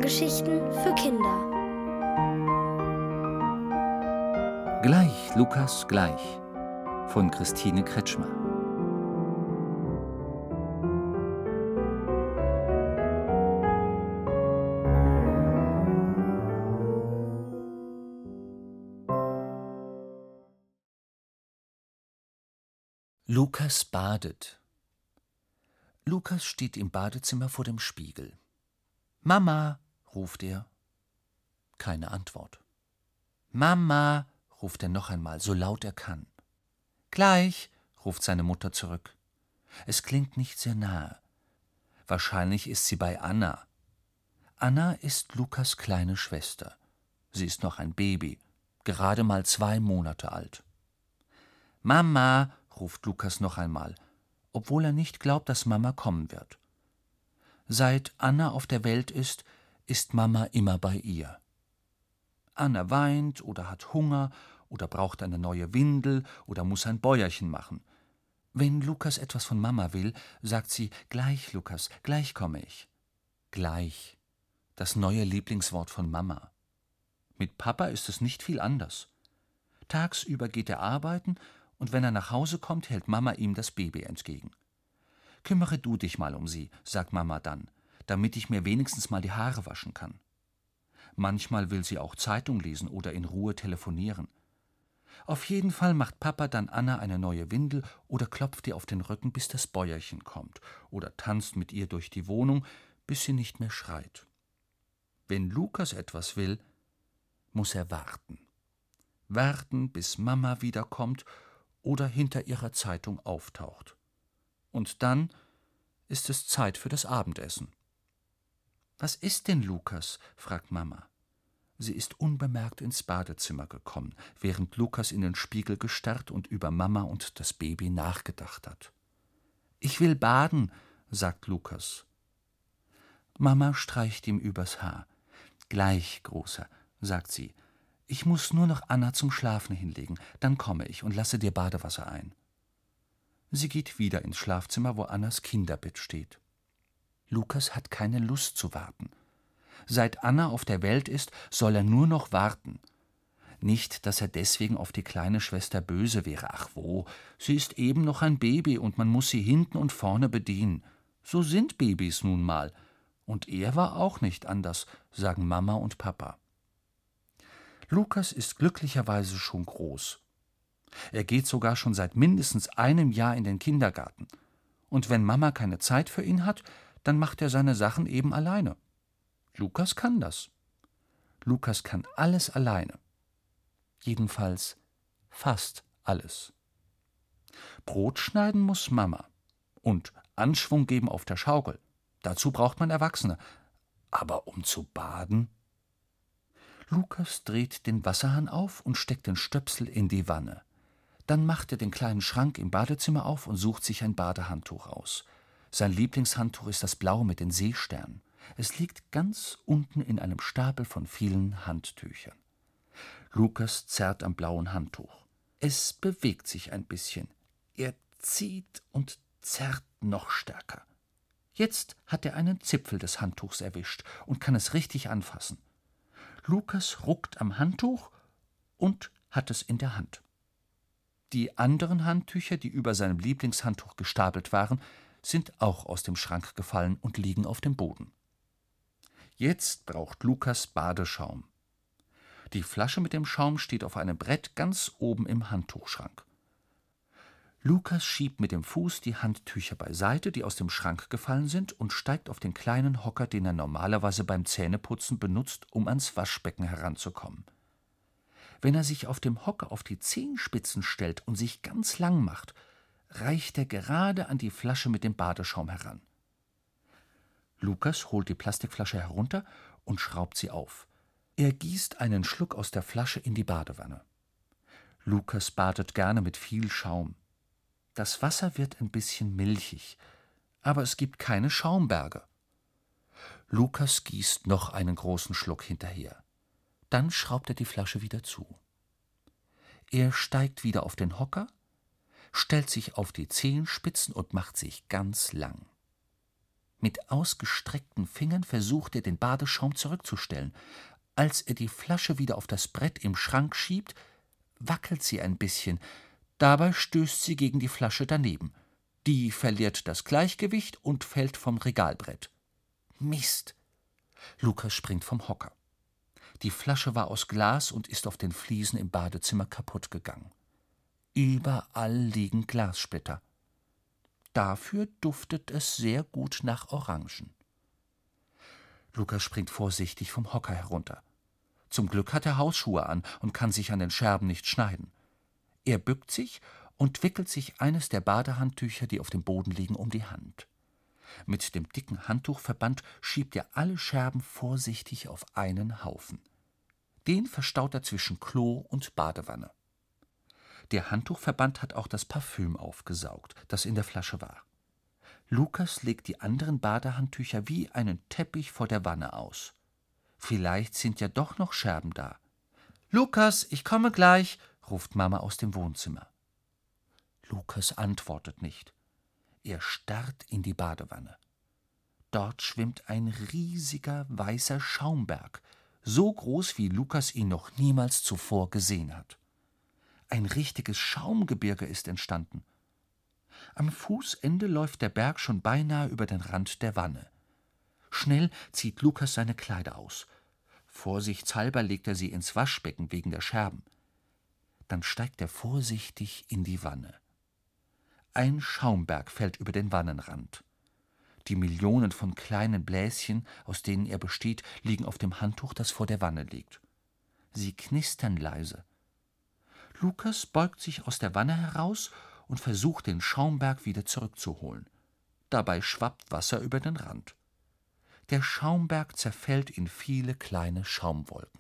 Hörgeschichten für Kinder. Gleich, Lukas, gleich von Christine Kretschmer. Lukas badet. Lukas steht im Badezimmer vor dem Spiegel. »Mama«, ruft er. Keine Antwort. »Mama«, ruft er noch einmal, so laut er kann. »Gleich«, ruft seine Mutter zurück. Es klingt nicht sehr nahe. Wahrscheinlich ist sie bei Anna. Anna ist Lukas kleine Schwester. Sie ist noch ein Baby, gerade mal 2 Monate alt. »Mama«, ruft Lukas noch einmal, obwohl er nicht glaubt, dass Mama kommen wird. Seit Anna auf der Welt ist Mama immer bei ihr. Anna weint oder hat Hunger oder braucht eine neue Windel oder muss ein Bäuerchen machen. Wenn Lukas etwas von Mama will, sagt sie: »Gleich, Lukas, gleich komme ich.« Gleich, das neue Lieblingswort von Mama. Mit Papa ist es nicht viel anders. Tagsüber geht er arbeiten und wenn er nach Hause kommt, hält Mama ihm das Baby entgegen. »Kümmere du dich mal um sie«, sagt Mama dann, »damit ich mir wenigstens mal die Haare waschen kann.« Manchmal will sie auch Zeitung lesen oder in Ruhe telefonieren. Auf jeden Fall macht Papa dann Anna eine neue Windel oder klopft ihr auf den Rücken, bis das Bäuerchen kommt, oder tanzt mit ihr durch die Wohnung, bis sie nicht mehr schreit. Wenn Lukas etwas will, muss er warten. Warten, bis Mama wiederkommt oder hinter ihrer Zeitung auftaucht. Und dann ist es Zeit für das Abendessen. »Was ist denn, Lukas?« fragt Mama. Sie ist unbemerkt ins Badezimmer gekommen, während Lukas in den Spiegel gestarrt und über Mama und das Baby nachgedacht hat. »Ich will baden«, sagt Lukas. Mama streicht ihm übers Haar. »Gleich, Großer«, sagt sie. »Ich muss nur noch Anna zum Schlafen hinlegen, dann komme ich und lasse dir Badewasser ein.« Sie geht wieder ins Schlafzimmer, wo Annas Kinderbett steht. Lukas hat keine Lust zu warten. Seit Anna auf der Welt ist, soll er nur noch warten. Nicht, dass er deswegen auf die kleine Schwester böse wäre. Ach wo, sie ist eben noch ein Baby und man muss sie hinten und vorne bedienen. So sind Babys nun mal. Und er war auch nicht anders, sagen Mama und Papa. Lukas ist glücklicherweise schon groß. Er geht sogar schon seit mindestens einem Jahr in den Kindergarten. Und wenn Mama keine Zeit für ihn hat, dann macht er seine Sachen eben alleine. Lukas kann das. Lukas kann alles alleine. Jedenfalls fast alles. Brot schneiden muss Mama. Und Anschwung geben auf der Schaukel. Dazu braucht man Erwachsene. Aber um zu baden? Lukas dreht den Wasserhahn auf und steckt den Stöpsel in die Wanne. Dann macht er den kleinen Schrank im Badezimmer auf und sucht sich ein Badehandtuch aus. Sein Lieblingshandtuch ist das Blau mit den Seesternen. Es liegt ganz unten in einem Stapel von vielen Handtüchern. Lukas zerrt am blauen Handtuch. Es bewegt sich ein bisschen. Er zieht und zerrt noch stärker. Jetzt hat er einen Zipfel des Handtuchs erwischt und kann es richtig anfassen. Lukas ruckt am Handtuch und hat es in der Hand. Die anderen Handtücher, die über seinem Lieblingshandtuch gestapelt waren, sind auch aus dem Schrank gefallen und liegen auf dem Boden. Jetzt braucht Lukas Badeschaum. Die Flasche mit dem Schaum steht auf einem Brett ganz oben im Handtuchschrank. Lukas schiebt mit dem Fuß die Handtücher beiseite, die aus dem Schrank gefallen sind, und steigt auf den kleinen Hocker, den er normalerweise beim Zähneputzen benutzt, um ans Waschbecken heranzukommen. Wenn er sich auf dem Hocker auf die Zehenspitzen stellt und sich ganz lang macht, reicht er gerade an die Flasche mit dem Badeschaum heran. Lukas holt die Plastikflasche herunter und schraubt sie auf. Er gießt einen Schluck aus der Flasche in die Badewanne. Lukas badet gerne mit viel Schaum. Das Wasser wird ein bisschen milchig, aber es gibt keine Schaumberge. Lukas gießt noch einen großen Schluck hinterher. Dann schraubt er die Flasche wieder zu. Er steigt wieder auf den Hocker, stellt sich auf die Zehenspitzen und macht sich ganz lang. Mit ausgestreckten Fingern versucht er, den Badeschaum zurückzustellen. Als er die Flasche wieder auf das Brett im Schrank schiebt, wackelt sie ein bisschen. Dabei stößt sie gegen die Flasche daneben. Die verliert das Gleichgewicht und fällt vom Regalbrett. Mist! Lukas springt vom Hocker. Die Flasche war aus Glas und ist auf den Fliesen im Badezimmer kaputt gegangen. Überall liegen Glassplitter. Dafür duftet es sehr gut nach Orangen. Lukas springt vorsichtig vom Hocker herunter. Zum Glück hat er Hausschuhe an und kann sich an den Scherben nicht schneiden. Er bückt sich und wickelt sich eines der Badehandtücher, die auf dem Boden liegen, um die Hand. Mit dem dicken Handtuchverband schiebt er alle Scherben vorsichtig auf einen Haufen. Den verstaut er zwischen Klo und Badewanne. Der Handtuchverband hat auch das Parfüm aufgesaugt, das in der Flasche war. Lukas legt die anderen Badehandtücher wie einen Teppich vor der Wanne aus. Vielleicht sind ja doch noch Scherben da. »Lukas, ich komme gleich«, ruft Mama aus dem Wohnzimmer. Lukas antwortet nicht. Er starrt in die Badewanne. Dort schwimmt ein riesiger weißer Schaumberg, so groß, wie Lukas ihn noch niemals zuvor gesehen hat. Ein richtiges Schaumgebirge ist entstanden. Am Fußende läuft der Berg schon beinahe über den Rand der Wanne. Schnell zieht Lukas seine Kleider aus. Vorsichtshalber legt er sie ins Waschbecken wegen der Scherben. Dann steigt er vorsichtig in die Wanne. Ein Schaumberg fällt über den Wannenrand. Die Millionen von kleinen Bläschen, aus denen er besteht, liegen auf dem Handtuch, das vor der Wanne liegt. Sie knistern leise. Lukas beugt sich aus der Wanne heraus und versucht, den Schaumberg wieder zurückzuholen. Dabei schwappt Wasser über den Rand. Der Schaumberg zerfällt in viele kleine Schaumwolken.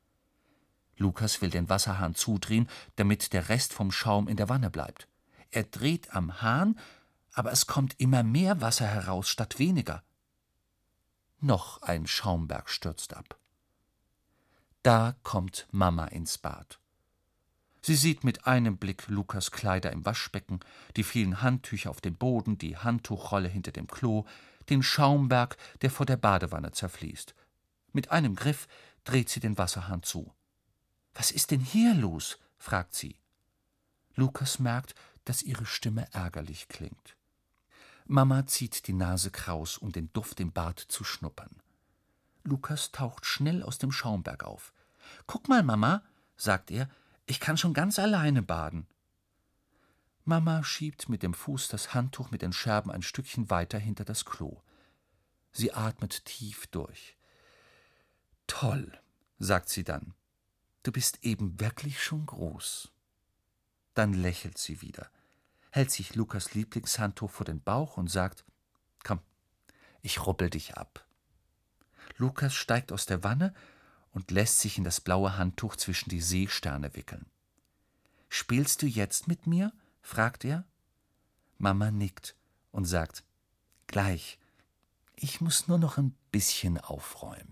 Lukas will den Wasserhahn zudrehen, damit der Rest vom Schaum in der Wanne bleibt. Er dreht am Hahn, aber es kommt immer mehr Wasser heraus statt weniger. Noch ein Schaumberg stürzt ab. Da kommt Mama ins Bad. Sie sieht mit einem Blick Lukas Kleider im Waschbecken, die vielen Handtücher auf dem Boden, die Handtuchrolle hinter dem Klo, den Schaumberg, der vor der Badewanne zerfließt. Mit einem Griff dreht sie den Wasserhahn zu. »Was ist denn hier los?« fragt sie. Lukas merkt, dass ihre Stimme ärgerlich klingt. Mama zieht die Nase kraus, um den Duft im Bad zu schnuppern. Lukas taucht schnell aus dem Schaumberg auf. »Guck mal, Mama«, sagt er, »ich kann schon ganz alleine baden.« Mama schiebt mit dem Fuß das Handtuch mit den Scherben ein Stückchen weiter hinter das Klo. Sie atmet tief durch. »Toll«, sagt sie dann, »du bist eben wirklich schon groß.« Dann lächelt sie wieder, hält sich Lukas Lieblingshandtuch vor den Bauch und sagt, »Komm, ich rubbel dich ab.« Lukas steigt aus der Wanne und lässt sich in das blaue Handtuch zwischen die Seesterne wickeln. »Spielst du jetzt mit mir?« fragt er. Mama nickt und sagt, »Gleich, ich muss nur noch ein bisschen aufräumen.«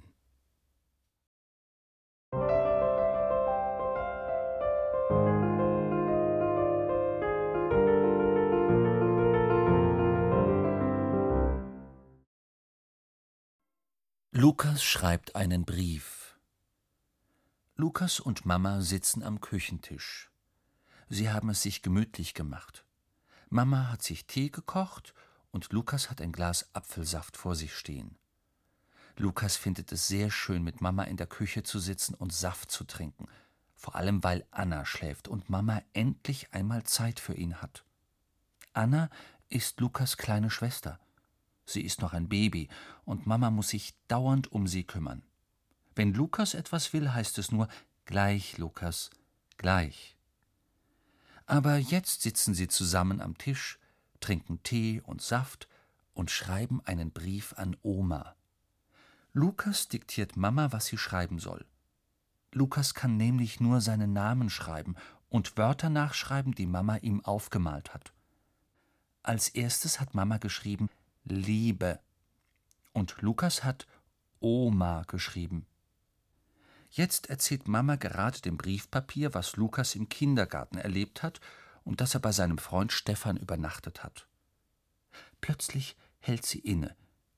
Lukas schreibt einen Brief. Lukas und Mama sitzen am Küchentisch. Sie haben es sich gemütlich gemacht. Mama hat sich Tee gekocht und Lukas hat ein Glas Apfelsaft vor sich stehen. Lukas findet es sehr schön, mit Mama in der Küche zu sitzen und Saft zu trinken, vor allem weil Anna schläft und Mama endlich einmal Zeit für ihn hat. Anna ist Lukas kleine Schwester. Sie ist noch ein Baby und Mama muss sich dauernd um sie kümmern. Wenn Lukas etwas will, heißt es nur, »Gleich, Lukas, gleich.« Aber jetzt sitzen sie zusammen am Tisch, trinken Tee und Saft und schreiben einen Brief an Oma. Lukas diktiert Mama, was sie schreiben soll. Lukas kann nämlich nur seinen Namen schreiben und Wörter nachschreiben, die Mama ihm aufgemalt hat. Als erstes hat Mama geschrieben »Liebe« und Lukas hat »Oma« geschrieben. Jetzt erzählt Mama gerade dem Briefpapier, was Lukas im Kindergarten erlebt hat und dass er bei seinem Freund Stefan übernachtet hat. Plötzlich hält sie inne,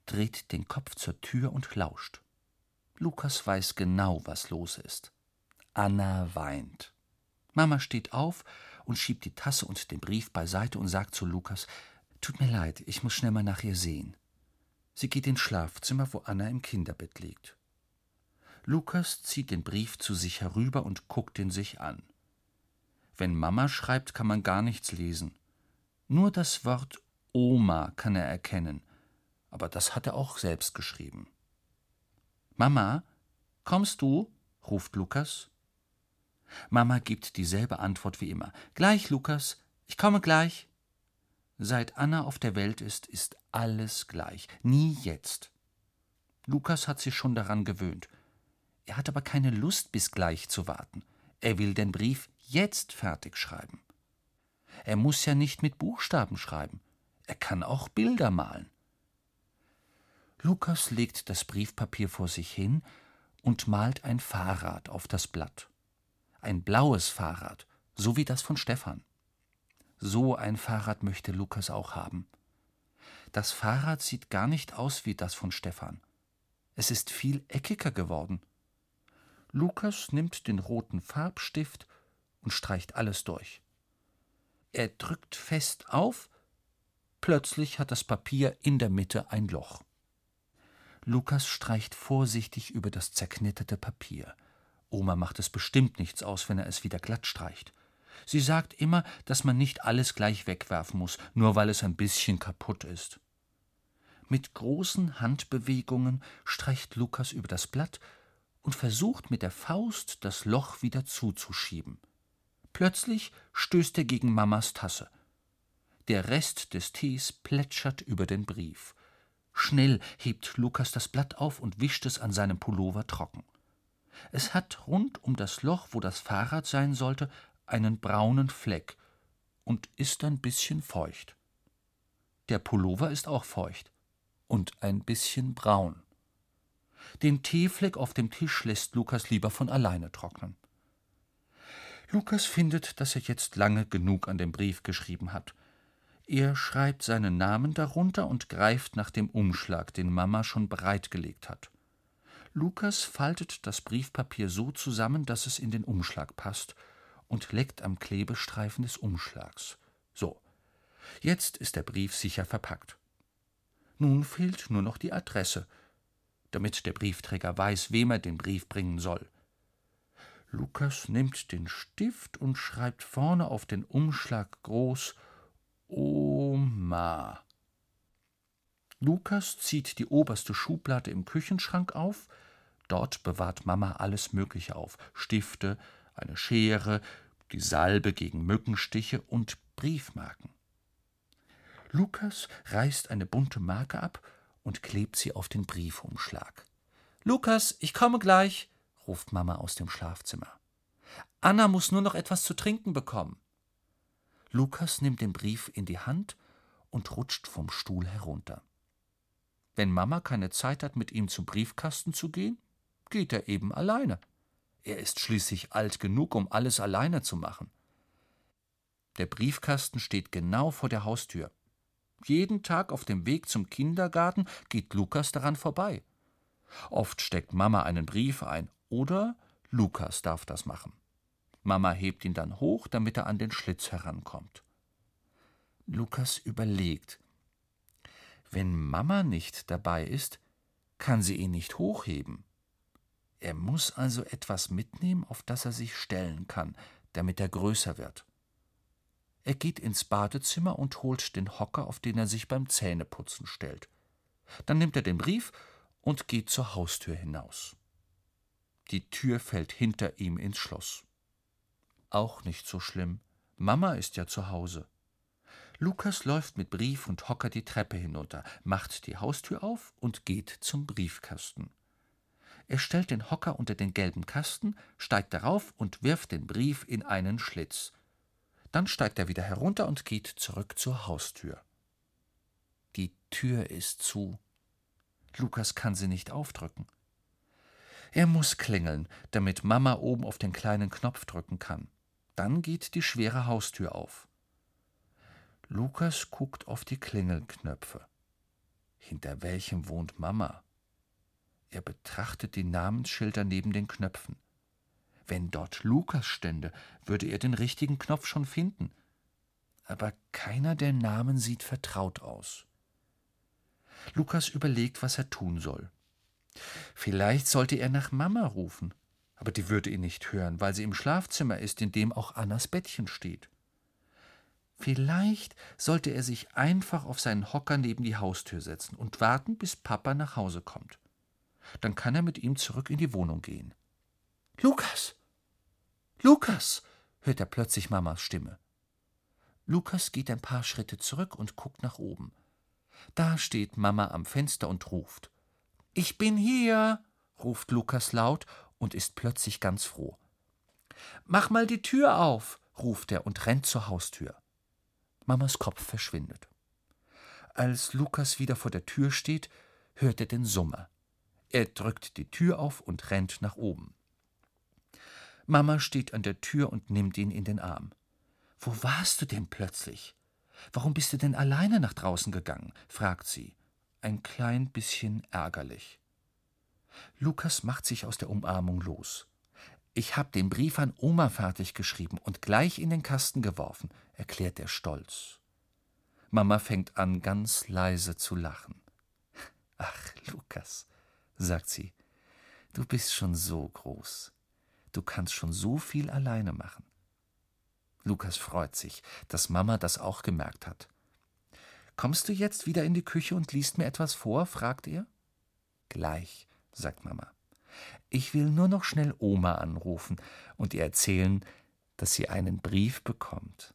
dreht den Kopf zur Tür und lauscht. Lukas weiß genau, was los ist. Anna weint. Mama steht auf und schiebt die Tasse und den Brief beiseite und sagt zu Lukas: »Tut mir leid, ich muss schnell mal nach ihr sehen.« Sie geht ins Schlafzimmer, wo Anna im Kinderbett liegt. Lukas zieht den Brief zu sich herüber und guckt ihn sich an. Wenn Mama schreibt, kann man gar nichts lesen. Nur das Wort Oma kann er erkennen, aber das hat er auch selbst geschrieben. »Mama, kommst du?« ruft Lukas. Mama gibt dieselbe Antwort wie immer. »Gleich, Lukas, ich komme gleich.« Seit Anna auf der Welt ist alles gleich, nie jetzt. Lukas hat sich schon daran gewöhnt. Er hat aber keine Lust, bis gleich zu warten. Er will den Brief jetzt fertig schreiben. Er muss ja nicht mit Buchstaben schreiben. Er kann auch Bilder malen. Lukas legt das Briefpapier vor sich hin und malt ein Fahrrad auf das Blatt. Ein blaues Fahrrad, so wie das von Stefan. So ein Fahrrad möchte Lukas auch haben. Das Fahrrad sieht gar nicht aus wie das von Stefan. Es ist viel eckiger geworden. Lukas nimmt den roten Farbstift und streicht alles durch. Er drückt fest auf, plötzlich hat das Papier in der Mitte ein Loch. Lukas streicht vorsichtig über das zerknitterte Papier. Oma macht es bestimmt nichts aus, wenn er es wieder glatt streicht. Sie sagt immer, dass man nicht alles gleich wegwerfen muss, nur weil es ein bisschen kaputt ist. Mit großen Handbewegungen streicht Lukas über das Blatt und versucht mit der Faust, das Loch wieder zuzuschieben. Plötzlich stößt er gegen Mamas Tasse. Der Rest des Tees plätschert über den Brief. Schnell hebt Lukas das Blatt auf und wischt es an seinem Pullover trocken. Es hat rund um das Loch, wo das Fahrrad sein sollte, einen braunen Fleck und ist ein bisschen feucht. Der Pullover ist auch feucht und ein bisschen braun. Den Teefleck auf dem Tisch lässt Lukas lieber von alleine trocknen. Lukas findet, dass er jetzt lange genug an dem Brief geschrieben hat. Er schreibt seinen Namen darunter und greift nach dem Umschlag, den Mama schon bereitgelegt hat. Lukas faltet das Briefpapier so zusammen, dass es in den Umschlag passt, und leckt am Klebestreifen des Umschlags. So, jetzt ist der Brief sicher verpackt. Nun fehlt nur noch die Adresse, damit der Briefträger weiß, wem er den Brief bringen soll. Lukas nimmt den Stift und schreibt vorne auf den Umschlag groß Oma. Lukas zieht die oberste Schublade im Küchenschrank auf. Dort bewahrt Mama alles Mögliche auf: Stifte, eine Schere, die Salbe gegen Mückenstiche und Briefmarken. Lukas reißt eine bunte Marke ab und klebt sie auf den Briefumschlag. »Lukas, ich komme gleich«, ruft Mama aus dem Schlafzimmer. »Anna muss nur noch etwas zu trinken bekommen.« Lukas nimmt den Brief in die Hand und rutscht vom Stuhl herunter. Wenn Mama keine Zeit hat, mit ihm zum Briefkasten zu gehen, geht er eben alleine. Er ist schließlich alt genug, um alles alleine zu machen. Der Briefkasten steht genau vor der Haustür. Jeden Tag auf dem Weg zum Kindergarten geht Lukas daran vorbei. Oft steckt Mama einen Brief ein oder Lukas darf das machen. Mama hebt ihn dann hoch, damit er an den Schlitz herankommt. Lukas überlegt. Wenn Mama nicht dabei ist, kann sie ihn nicht hochheben. Er muss also etwas mitnehmen, auf das er sich stellen kann, damit er größer wird. Er geht ins Badezimmer und holt den Hocker, auf den er sich beim Zähneputzen stellt. Dann nimmt er den Brief und geht zur Haustür hinaus. Die Tür fällt hinter ihm ins Schloss. Auch nicht so schlimm. Mama ist ja zu Hause. Lukas läuft mit Brief und Hocker die Treppe hinunter, macht die Haustür auf und geht zum Briefkasten. Er stellt den Hocker unter den gelben Kasten, steigt darauf und wirft den Brief in einen Schlitz. Dann steigt er wieder herunter und geht zurück zur Haustür. Die Tür ist zu. Lukas kann sie nicht aufdrücken. Er muss klingeln, damit Mama oben auf den kleinen Knopf drücken kann. Dann geht die schwere Haustür auf. Lukas guckt auf die Klingelknöpfe. Hinter welchem wohnt Mama? Er betrachtet die Namensschilder neben den Knöpfen. Wenn dort Lukas stände, würde er den richtigen Knopf schon finden. Aber keiner der Namen sieht vertraut aus. Lukas überlegt, was er tun soll. Vielleicht sollte er nach Mama rufen, aber die würde ihn nicht hören, weil sie im Schlafzimmer ist, in dem auch Annas Bettchen steht. Vielleicht sollte er sich einfach auf seinen Hocker neben die Haustür setzen und warten, bis Papa nach Hause kommt. Dann kann er mit ihm zurück in die Wohnung gehen. »Lukas! Lukas!« hört er plötzlich Mamas Stimme. Lukas geht ein paar Schritte zurück und guckt nach oben. Da steht Mama am Fenster und ruft. »Ich bin hier«, ruft Lukas laut und ist plötzlich ganz froh. »Mach mal die Tür auf«, ruft er und rennt zur Haustür. Mamas Kopf verschwindet. Als Lukas wieder vor der Tür steht, hört er den Summer. Er drückt die Tür auf und rennt nach oben. Mama steht an der Tür und nimmt ihn in den Arm. »Wo warst du denn plötzlich? Warum bist du denn alleine nach draußen gegangen?« fragt sie, ein klein bisschen ärgerlich. Lukas macht sich aus der Umarmung los. »Ich hab den Brief an Oma fertig geschrieben und gleich in den Kasten geworfen«, erklärt er stolz. Mama fängt an, ganz leise zu lachen. »Ach, Lukas«, sagt sie, »du bist schon so groß. Du kannst schon so viel alleine machen.« Lukas freut sich, dass Mama das auch gemerkt hat. »Kommst du jetzt wieder in die Küche und liest mir etwas vor?« fragt er. »Gleich«, sagt Mama. »Ich will nur noch schnell Oma anrufen und ihr erzählen, dass sie einen Brief bekommt.«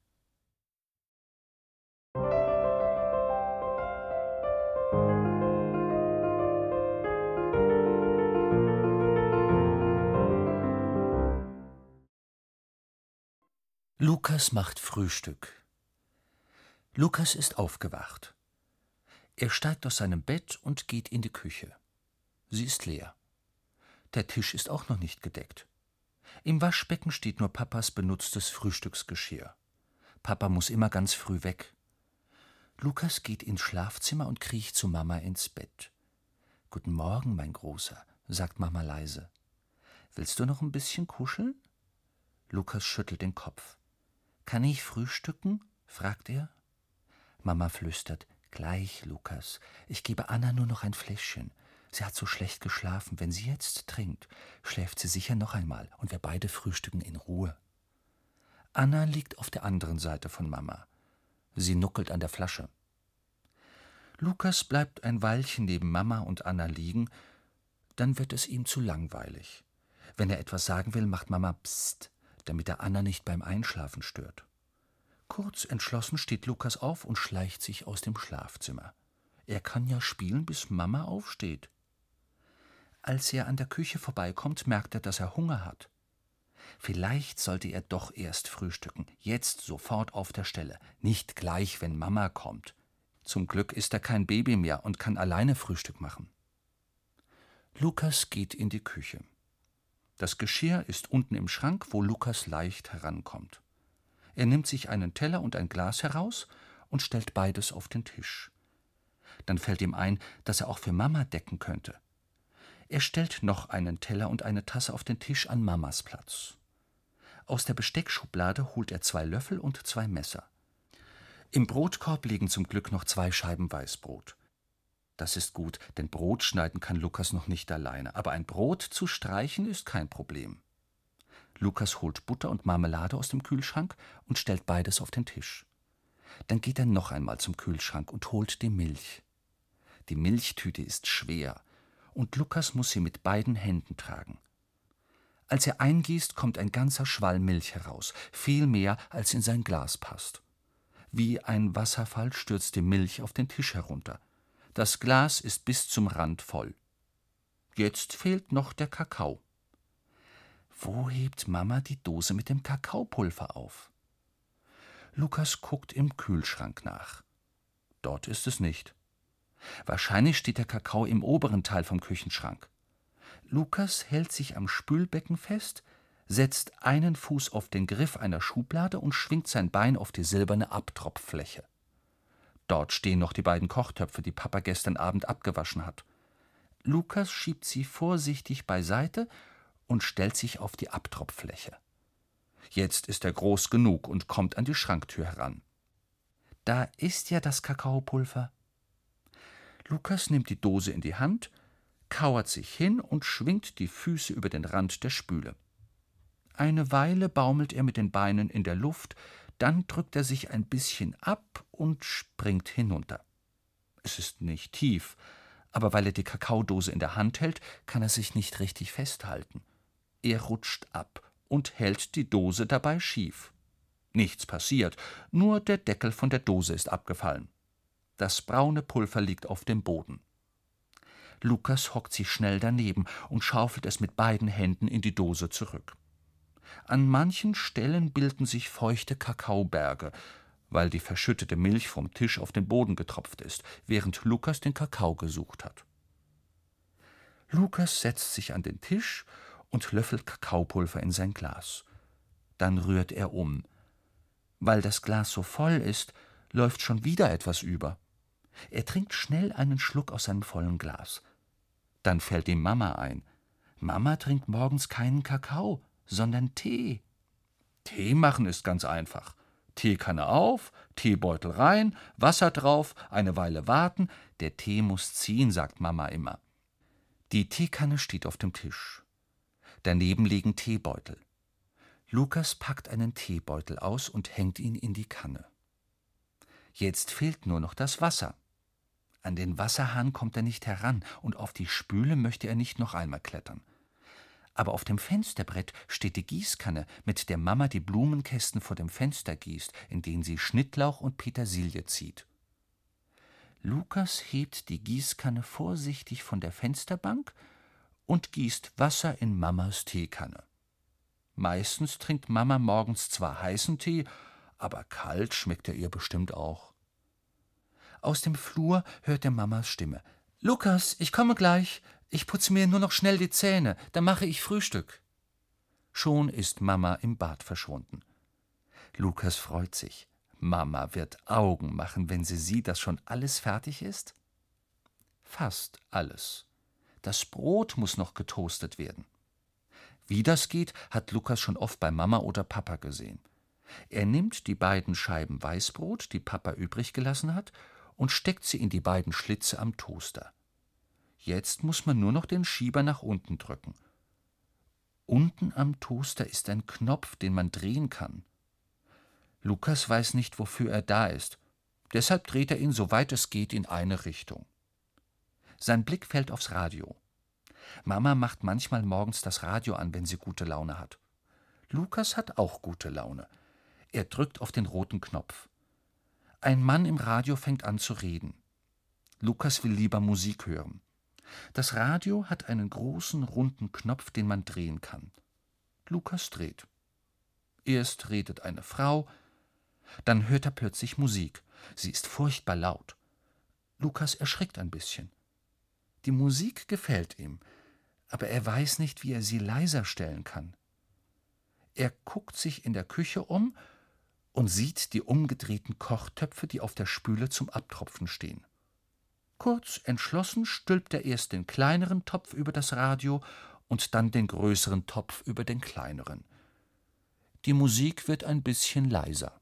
Lukas macht Frühstück. Lukas ist aufgewacht. Er steigt aus seinem Bett und geht in die Küche. Sie ist leer. Der Tisch ist auch noch nicht gedeckt. Im Waschbecken steht nur Papas benutztes Frühstücksgeschirr. Papa muss immer ganz früh weg. Lukas geht ins Schlafzimmer und kriecht zu Mama ins Bett. »Guten Morgen, mein Großer«, sagt Mama leise. »Willst du noch ein bisschen kuscheln?« Lukas schüttelt den Kopf. »Kann ich frühstücken?« fragt er. Mama flüstert. »Gleich, Lukas. Ich gebe Anna nur noch ein Fläschchen. Sie hat so schlecht geschlafen. Wenn sie jetzt trinkt, schläft sie sicher noch einmal und wir beide frühstücken in Ruhe.« Anna liegt auf der anderen Seite von Mama. Sie nuckelt an der Flasche. Lukas bleibt ein Weilchen neben Mama und Anna liegen. Dann wird es ihm zu langweilig. Wenn er etwas sagen will, macht Mama Psst, damit er Anna nicht beim Einschlafen stört. Kurz entschlossen steht Lukas auf und schleicht sich aus dem Schlafzimmer. Er kann ja spielen, bis Mama aufsteht. Als er an der Küche vorbeikommt, merkt er, dass er Hunger hat. Vielleicht sollte er doch erst frühstücken, jetzt sofort auf der Stelle, nicht gleich, wenn Mama kommt. Zum Glück ist er kein Baby mehr und kann alleine Frühstück machen. Lukas geht in die Küche. Das Geschirr ist unten im Schrank, wo Lukas leicht herankommt. Er nimmt sich einen Teller und ein Glas heraus und stellt beides auf den Tisch. Dann fällt ihm ein, dass er auch für Mama decken könnte. Er stellt noch einen Teller und eine Tasse auf den Tisch an Mamas Platz. Aus der Besteckschublade holt er 2 Löffel und 2 Messer. Im Brotkorb liegen zum Glück noch 2 Scheiben Weißbrot. Das ist gut, denn Brot schneiden kann Lukas noch nicht alleine. Aber ein Brot zu streichen ist kein Problem. Lukas holt Butter und Marmelade aus dem Kühlschrank und stellt beides auf den Tisch. Dann geht er noch einmal zum Kühlschrank und holt die Milch. Die Milchtüte ist schwer und Lukas muss sie mit beiden Händen tragen. Als er eingießt, kommt ein ganzer Schwall Milch heraus, viel mehr, als in sein Glas passt. Wie ein Wasserfall stürzt die Milch auf den Tisch herunter. Das Glas ist bis zum Rand voll. Jetzt fehlt noch der Kakao. Wo hebt Mama die Dose mit dem Kakaopulver auf? Lukas guckt im Kühlschrank nach. Dort ist es nicht. Wahrscheinlich steht der Kakao im oberen Teil vom Küchenschrank. Lukas hält sich am Spülbecken fest, setzt einen Fuß auf den Griff einer Schublade und schwingt sein Bein auf die silberne Abtropffläche. Dort stehen noch die beiden Kochtöpfe, die Papa gestern Abend abgewaschen hat. Lukas schiebt sie vorsichtig beiseite und stellt sich auf die Abtropffläche. Jetzt ist er groß genug und kommt an die Schranktür heran. Da ist ja das Kakaopulver. Lukas nimmt die Dose in die Hand, kauert sich hin und schwingt die Füße über den Rand der Spüle. Eine Weile baumelt er mit den Beinen in der Luft, dann drückt er sich ein bisschen ab und springt hinunter. Es ist nicht tief, aber weil er die Kakaodose in der Hand hält, kann er sich nicht richtig festhalten. Er rutscht ab und hält die Dose dabei schief. Nichts passiert, nur der Deckel von der Dose ist abgefallen. Das braune Pulver liegt auf dem Boden. Lukas hockt sich schnell daneben und schaufelt es mit beiden Händen in die Dose zurück. An manchen Stellen bilden sich feuchte Kakaoberge, weil die verschüttete Milch vom Tisch auf den Boden getropft ist, während Lukas den Kakao gesucht hat. Lukas setzt sich an den Tisch und löffelt Kakaopulver in sein Glas. Dann rührt er um. Weil das Glas so voll ist, läuft schon wieder etwas über. Er trinkt schnell einen Schluck aus seinem vollen Glas. Dann fällt ihm Mama ein. Mama trinkt morgens keinen Kakao, sondern Tee. Tee machen ist ganz einfach. Teekanne auf, Teebeutel rein, Wasser drauf, eine Weile warten. Der Tee muss ziehen, sagt Mama immer. Die Teekanne steht auf dem Tisch. Daneben liegen Teebeutel. Lukas packt einen Teebeutel aus und hängt ihn in die Kanne. Jetzt fehlt nur noch das Wasser. An den Wasserhahn kommt er nicht heran und auf die Spüle möchte er nicht noch einmal klettern. Aber auf dem Fensterbrett steht die Gießkanne, mit der Mama die Blumenkästen vor dem Fenster gießt, in denen sie Schnittlauch und Petersilie zieht. Lukas hebt die Gießkanne vorsichtig von der Fensterbank und gießt Wasser in Mamas Teekanne. Meistens trinkt Mama morgens zwar heißen Tee, aber kalt schmeckt er ihr bestimmt auch. Aus dem Flur hört er Mamas Stimme. »Lukas, ich komme gleich. Ich putze mir nur noch schnell die Zähne, dann mache ich Frühstück.« Schon ist Mama im Bad verschwunden. Lukas freut sich. Mama wird Augen machen, wenn sie sieht, dass schon alles fertig ist. Fast alles. Das Brot muss noch getoastet werden. Wie das geht, hat Lukas schon oft bei Mama oder Papa gesehen. Er nimmt die beiden Scheiben Weißbrot, die Papa übrig gelassen hat, und steckt sie in die beiden Schlitze am Toaster. Jetzt muss man nur noch den Schieber nach unten drücken. Unten am Toaster ist ein Knopf, den man drehen kann. Lukas weiß nicht, wofür er da ist. Deshalb dreht er ihn, soweit es geht, in eine Richtung. Sein Blick fällt aufs Radio. Mama macht manchmal morgens das Radio an, wenn sie gute Laune hat. Lukas hat auch gute Laune. Er drückt auf den roten Knopf. Ein Mann im Radio fängt an zu reden. Lukas will lieber Musik hören. Das Radio hat einen großen, runden Knopf, den man drehen kann. Lukas dreht. Erst redet eine Frau, dann hört er plötzlich Musik. Sie ist furchtbar laut. Lukas erschrickt ein bisschen. Die Musik gefällt ihm, aber er weiß nicht, wie er sie leiser stellen kann. Er guckt sich in der Küche um und sieht die umgedrehten Kochtöpfe, die auf der Spüle zum Abtropfen stehen. Kurz entschlossen stülpt er erst den kleineren Topf über das Radio und dann den größeren Topf über den kleineren. Die Musik wird ein bisschen leiser.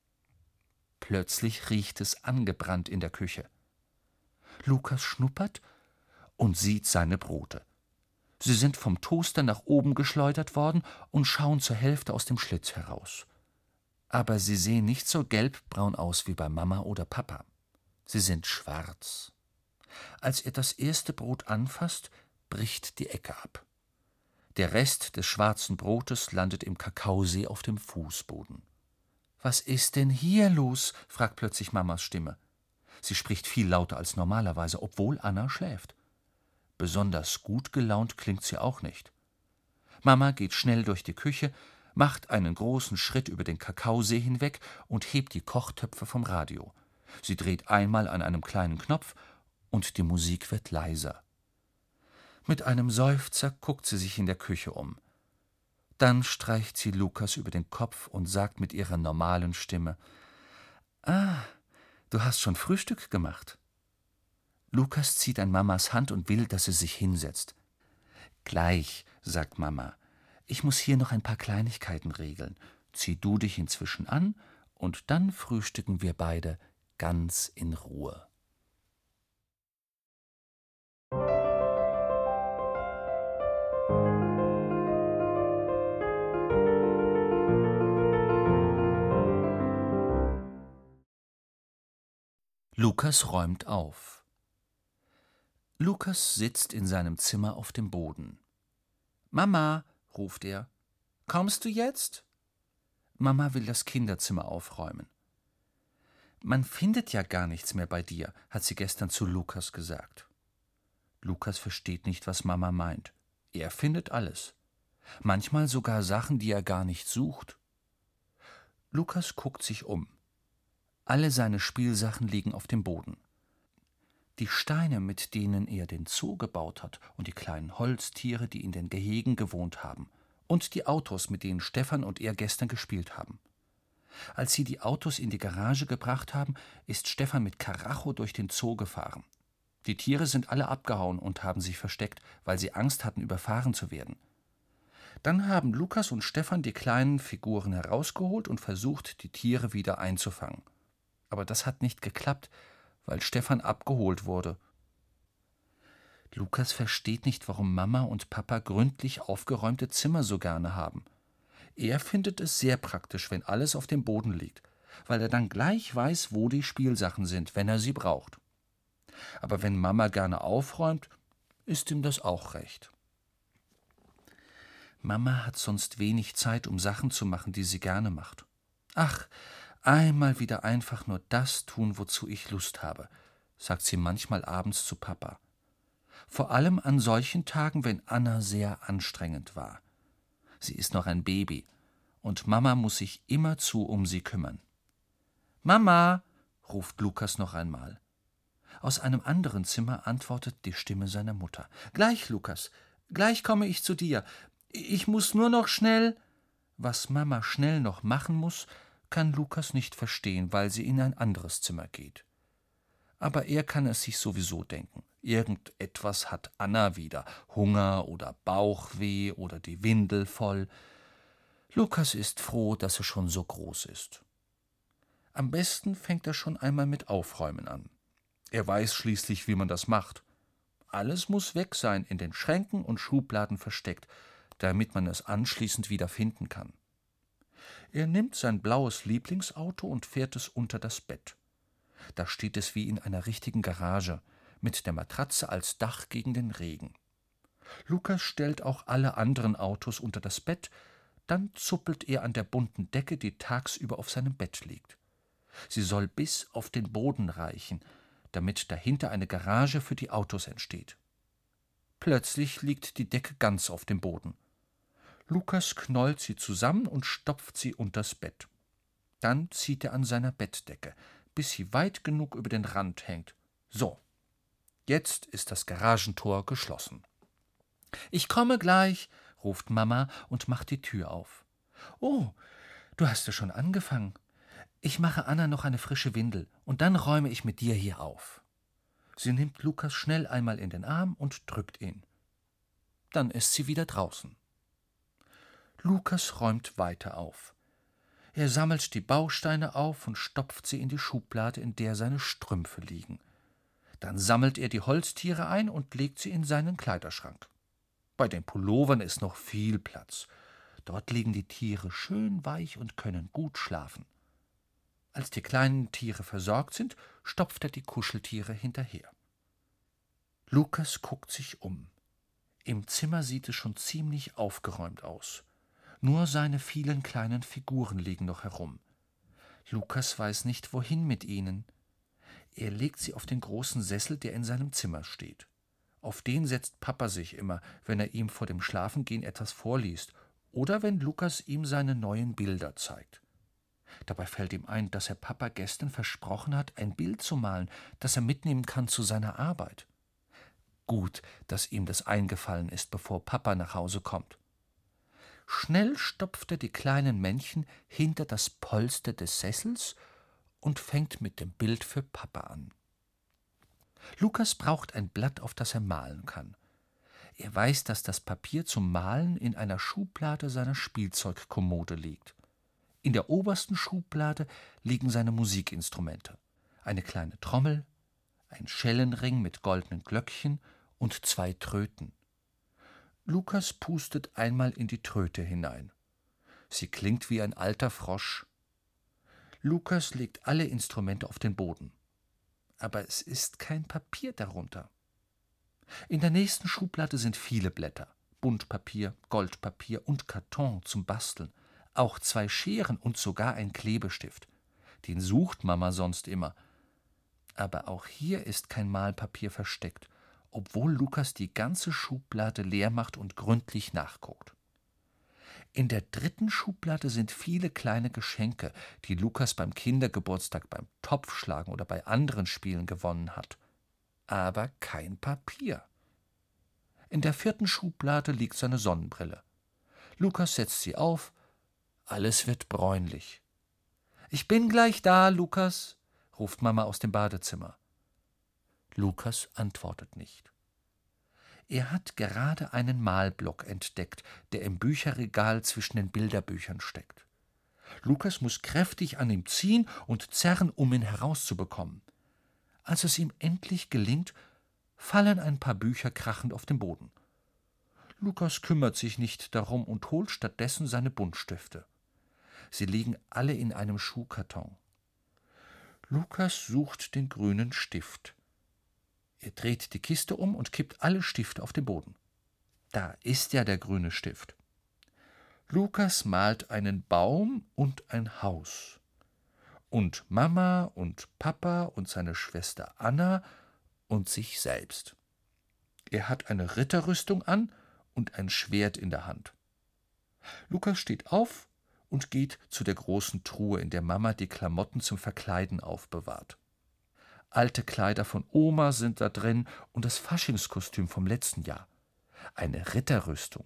Plötzlich riecht es angebrannt in der Küche. Lukas schnuppert und sieht seine Brote. Sie sind vom Toaster nach oben geschleudert worden und schauen zur Hälfte aus dem Schlitz heraus. Aber sie sehen nicht so gelbbraun aus wie bei Mama oder Papa. Sie sind schwarz. Als er das erste Brot anfasst, bricht die Ecke ab. Der Rest des schwarzen Brotes landet im Kakaosee auf dem Fußboden. »Was ist denn hier los?« fragt plötzlich Mamas Stimme. Sie spricht viel lauter als normalerweise, obwohl Anna schläft. Besonders gut gelaunt klingt sie auch nicht. Mama geht schnell durch die Küche, macht einen großen Schritt über den Kakaosee hinweg und hebt die Kochtöpfe vom Radio. Sie dreht einmal an einem kleinen Knopf und die Musik wird leiser. Mit einem Seufzer guckt sie sich in der Küche um. Dann streicht sie Lukas über den Kopf und sagt mit ihrer normalen Stimme: »Ah, Du hast schon Frühstück gemacht. Lukas zieht an Mamas Hand und will, dass sie sich hinsetzt. Gleich, sagt Mama. Ich muss hier noch ein paar Kleinigkeiten regeln. Zieh du dich inzwischen an und dann frühstücken wir beide ganz in Ruhe. Lukas räumt auf. Lukas sitzt in seinem Zimmer auf dem Boden. »Mama«, ruft er, »kommst du jetzt?« Mama will das Kinderzimmer aufräumen. »Man findet ja gar nichts mehr bei dir«, hat sie gestern zu Lukas gesagt. Lukas versteht nicht, was Mama meint. Er findet alles. Manchmal sogar Sachen, die er gar nicht sucht. Lukas guckt sich um. Alle seine Spielsachen liegen auf dem Boden. Die Steine, mit denen er den Zoo gebaut hat, und die kleinen Holztiere, die in den Gehegen gewohnt haben, und die Autos, mit denen Stefan und er gestern gespielt haben. Als sie die Autos in die Garage gebracht haben, ist Stefan mit Karacho durch den Zoo gefahren. Die Tiere sind alle abgehauen und haben sich versteckt, weil sie Angst hatten, überfahren zu werden. Dann haben Lukas und Stefan die kleinen Figuren herausgeholt und versucht, die Tiere wieder einzufangen. Aber das hat nicht geklappt, weil Stefan abgeholt wurde. Lukas versteht nicht, warum Mama und Papa gründlich aufgeräumte Zimmer so gerne haben. Er findet es sehr praktisch, wenn alles auf dem Boden liegt, weil er dann gleich weiß, wo die Spielsachen sind, wenn er sie braucht. Aber wenn Mama gerne aufräumt, ist ihm das auch recht. Mama hat sonst wenig Zeit, um Sachen zu machen, die sie gerne macht. Ach, einmal wieder einfach nur das tun, wozu ich Lust habe, sagt sie manchmal abends zu Papa. Vor allem an solchen Tagen, wenn Anna sehr anstrengend war. Sie ist noch ein Baby und Mama muss sich immerzu um sie kümmern. »Mama«, ruft Lukas noch einmal. Aus einem anderen Zimmer antwortet die Stimme seiner Mutter. »Gleich, Lukas, gleich komme ich zu dir. Ich muss nur noch schnell...« Was Mama schnell noch machen muss, kann Lukas nicht verstehen, weil sie in ein anderes Zimmer geht. Aber er kann es sich sowieso denken. Irgendetwas hat Anna wieder, Hunger oder Bauchweh oder die Windel voll. Lukas ist froh, dass er schon so groß ist. Am besten fängt er schon einmal mit Aufräumen an. Er weiß schließlich, wie man das macht. Alles muss weg sein, in den Schränken und Schubladen versteckt, damit man es anschließend wieder finden kann. Er nimmt sein blaues Lieblingsauto und fährt es unter das Bett. Da steht es wie in einer richtigen Garage, mit der Matratze als Dach gegen den Regen. Lukas stellt auch alle anderen Autos unter das Bett, dann zuppelt er an der bunten Decke, die tagsüber auf seinem Bett liegt. Sie soll bis auf den Boden reichen, damit dahinter eine Garage für die Autos entsteht. Plötzlich liegt die Decke ganz auf dem Boden. Lukas knollt sie zusammen und stopft sie unters Bett. Dann zieht er an seiner Bettdecke, bis sie weit genug über den Rand hängt. So, jetzt ist das Garagentor geschlossen. »Ich komme gleich«, ruft Mama und macht die Tür auf. »Oh, du hast ja schon angefangen. Ich mache Anna noch eine frische Windel und dann räume ich mit dir hier auf.« Sie nimmt Lukas schnell einmal in den Arm und drückt ihn. Dann ist sie wieder draußen. Lukas räumt weiter auf. Er sammelt die Bausteine auf und stopft sie in die Schublade, in der seine Strümpfe liegen. Dann sammelt er die Holztiere ein und legt sie in seinen Kleiderschrank. Bei den Pullovern ist noch viel Platz. Dort liegen die Tiere schön weich und können gut schlafen. Als die kleinen Tiere versorgt sind, stopft er die Kuscheltiere hinterher. Lukas guckt sich um. Im Zimmer sieht es schon ziemlich aufgeräumt aus. Nur seine vielen kleinen Figuren liegen noch herum. Lukas weiß nicht, wohin mit ihnen. Er legt sie auf den großen Sessel, der in seinem Zimmer steht. Auf den setzt Papa sich immer, wenn er ihm vor dem Schlafengehen etwas vorliest oder wenn Lukas ihm seine neuen Bilder zeigt. Dabei fällt ihm ein, dass er Papa gestern versprochen hat, ein Bild zu malen, das er mitnehmen kann zu seiner Arbeit. Gut, dass ihm das eingefallen ist, bevor Papa nach Hause kommt. Schnell stopft er die kleinen Männchen hinter das Polster des Sessels und fängt mit dem Bild für Papa an. Lukas braucht ein Blatt, auf das er malen kann. Er weiß, dass das Papier zum Malen in einer Schublade seiner Spielzeugkommode liegt. In der obersten Schublade liegen seine Musikinstrumente: eine kleine Trommel, ein Schellenring mit goldenen Glöckchen und 2 Tröten. Lukas pustet einmal in die Tröte hinein. Sie klingt wie ein alter Frosch. Lukas legt alle Instrumente auf den Boden. Aber es ist kein Papier darunter. In der nächsten Schublade sind viele Blätter: Buntpapier, Goldpapier und Karton zum Basteln, auch 2 Scheren und sogar ein Klebestift. Den sucht Mama sonst immer. Aber auch hier ist kein Malpapier versteckt, obwohl Lukas die ganze Schublade leer macht und gründlich nachguckt. In der 3. Schublade sind viele kleine Geschenke, die Lukas beim Kindergeburtstag, beim Topfschlagen oder bei anderen Spielen gewonnen hat. Aber kein Papier. In der 4. Schublade liegt seine Sonnenbrille. Lukas setzt sie auf. Alles wird bräunlich. »Ich bin gleich da, Lukas«, ruft Mama aus dem Badezimmer. Lukas antwortet nicht. Er hat gerade einen Malblock entdeckt, der im Bücherregal zwischen den Bilderbüchern steckt. Lukas muss kräftig an ihm ziehen und zerren, um ihn herauszubekommen. Als es ihm endlich gelingt, fallen ein paar Bücher krachend auf den Boden. Lukas kümmert sich nicht darum und holt stattdessen seine Buntstifte. Sie liegen alle in einem Schuhkarton. Lukas sucht den grünen Stift. Er dreht die Kiste um und kippt alle Stifte auf den Boden. Da ist ja der grüne Stift. Lukas malt einen Baum und ein Haus. Und Mama und Papa und seine Schwester Anna und sich selbst. Er hat eine Ritterrüstung an und ein Schwert in der Hand. Lukas steht auf und geht zu der großen Truhe, in der Mama die Klamotten zum Verkleiden aufbewahrt. Alte Kleider von Oma sind da drin und das Faschingskostüm vom letzten Jahr. Eine Ritterrüstung.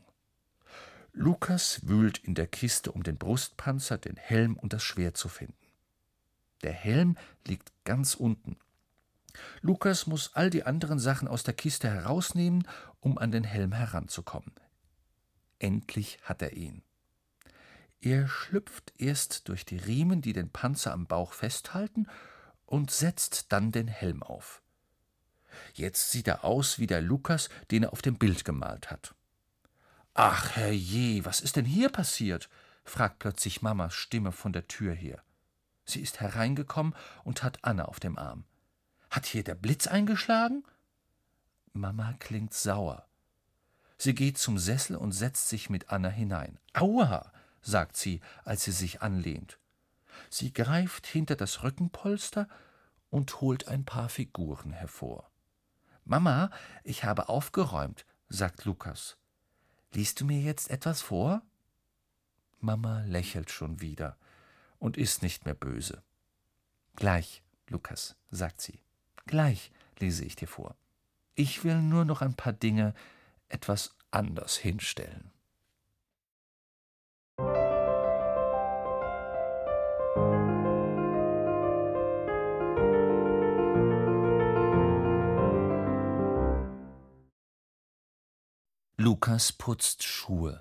Lukas wühlt in der Kiste, um den Brustpanzer, den Helm und das Schwert zu finden. Der Helm liegt ganz unten. Lukas muss all die anderen Sachen aus der Kiste herausnehmen, um an den Helm heranzukommen. Endlich hat er ihn. Er schlüpft erst durch die Riemen, die den Panzer am Bauch festhalten, und setzt dann den Helm auf. Jetzt sieht er aus wie der Lukas, den er auf dem Bild gemalt hat. »Ach, herrje, was ist denn hier passiert?« fragt plötzlich Mamas Stimme von der Tür her. Sie ist hereingekommen und hat Anna auf dem Arm. »Hat hier der Blitz eingeschlagen?« Mama klingt sauer. Sie geht zum Sessel und setzt sich mit Anna hinein. »Aua«, sagt sie, als sie sich anlehnt. Sie greift hinter das Rückenpolster und holt ein paar Figuren hervor. »Mama, ich habe aufgeräumt«, sagt Lukas. »Liest du mir jetzt etwas vor?« Mama lächelt schon wieder und ist nicht mehr böse. »Gleich, Lukas«, sagt sie. »Gleich lese ich dir vor. Ich will nur noch ein paar Dinge etwas anders hinstellen.« Lukas putzt Schuhe.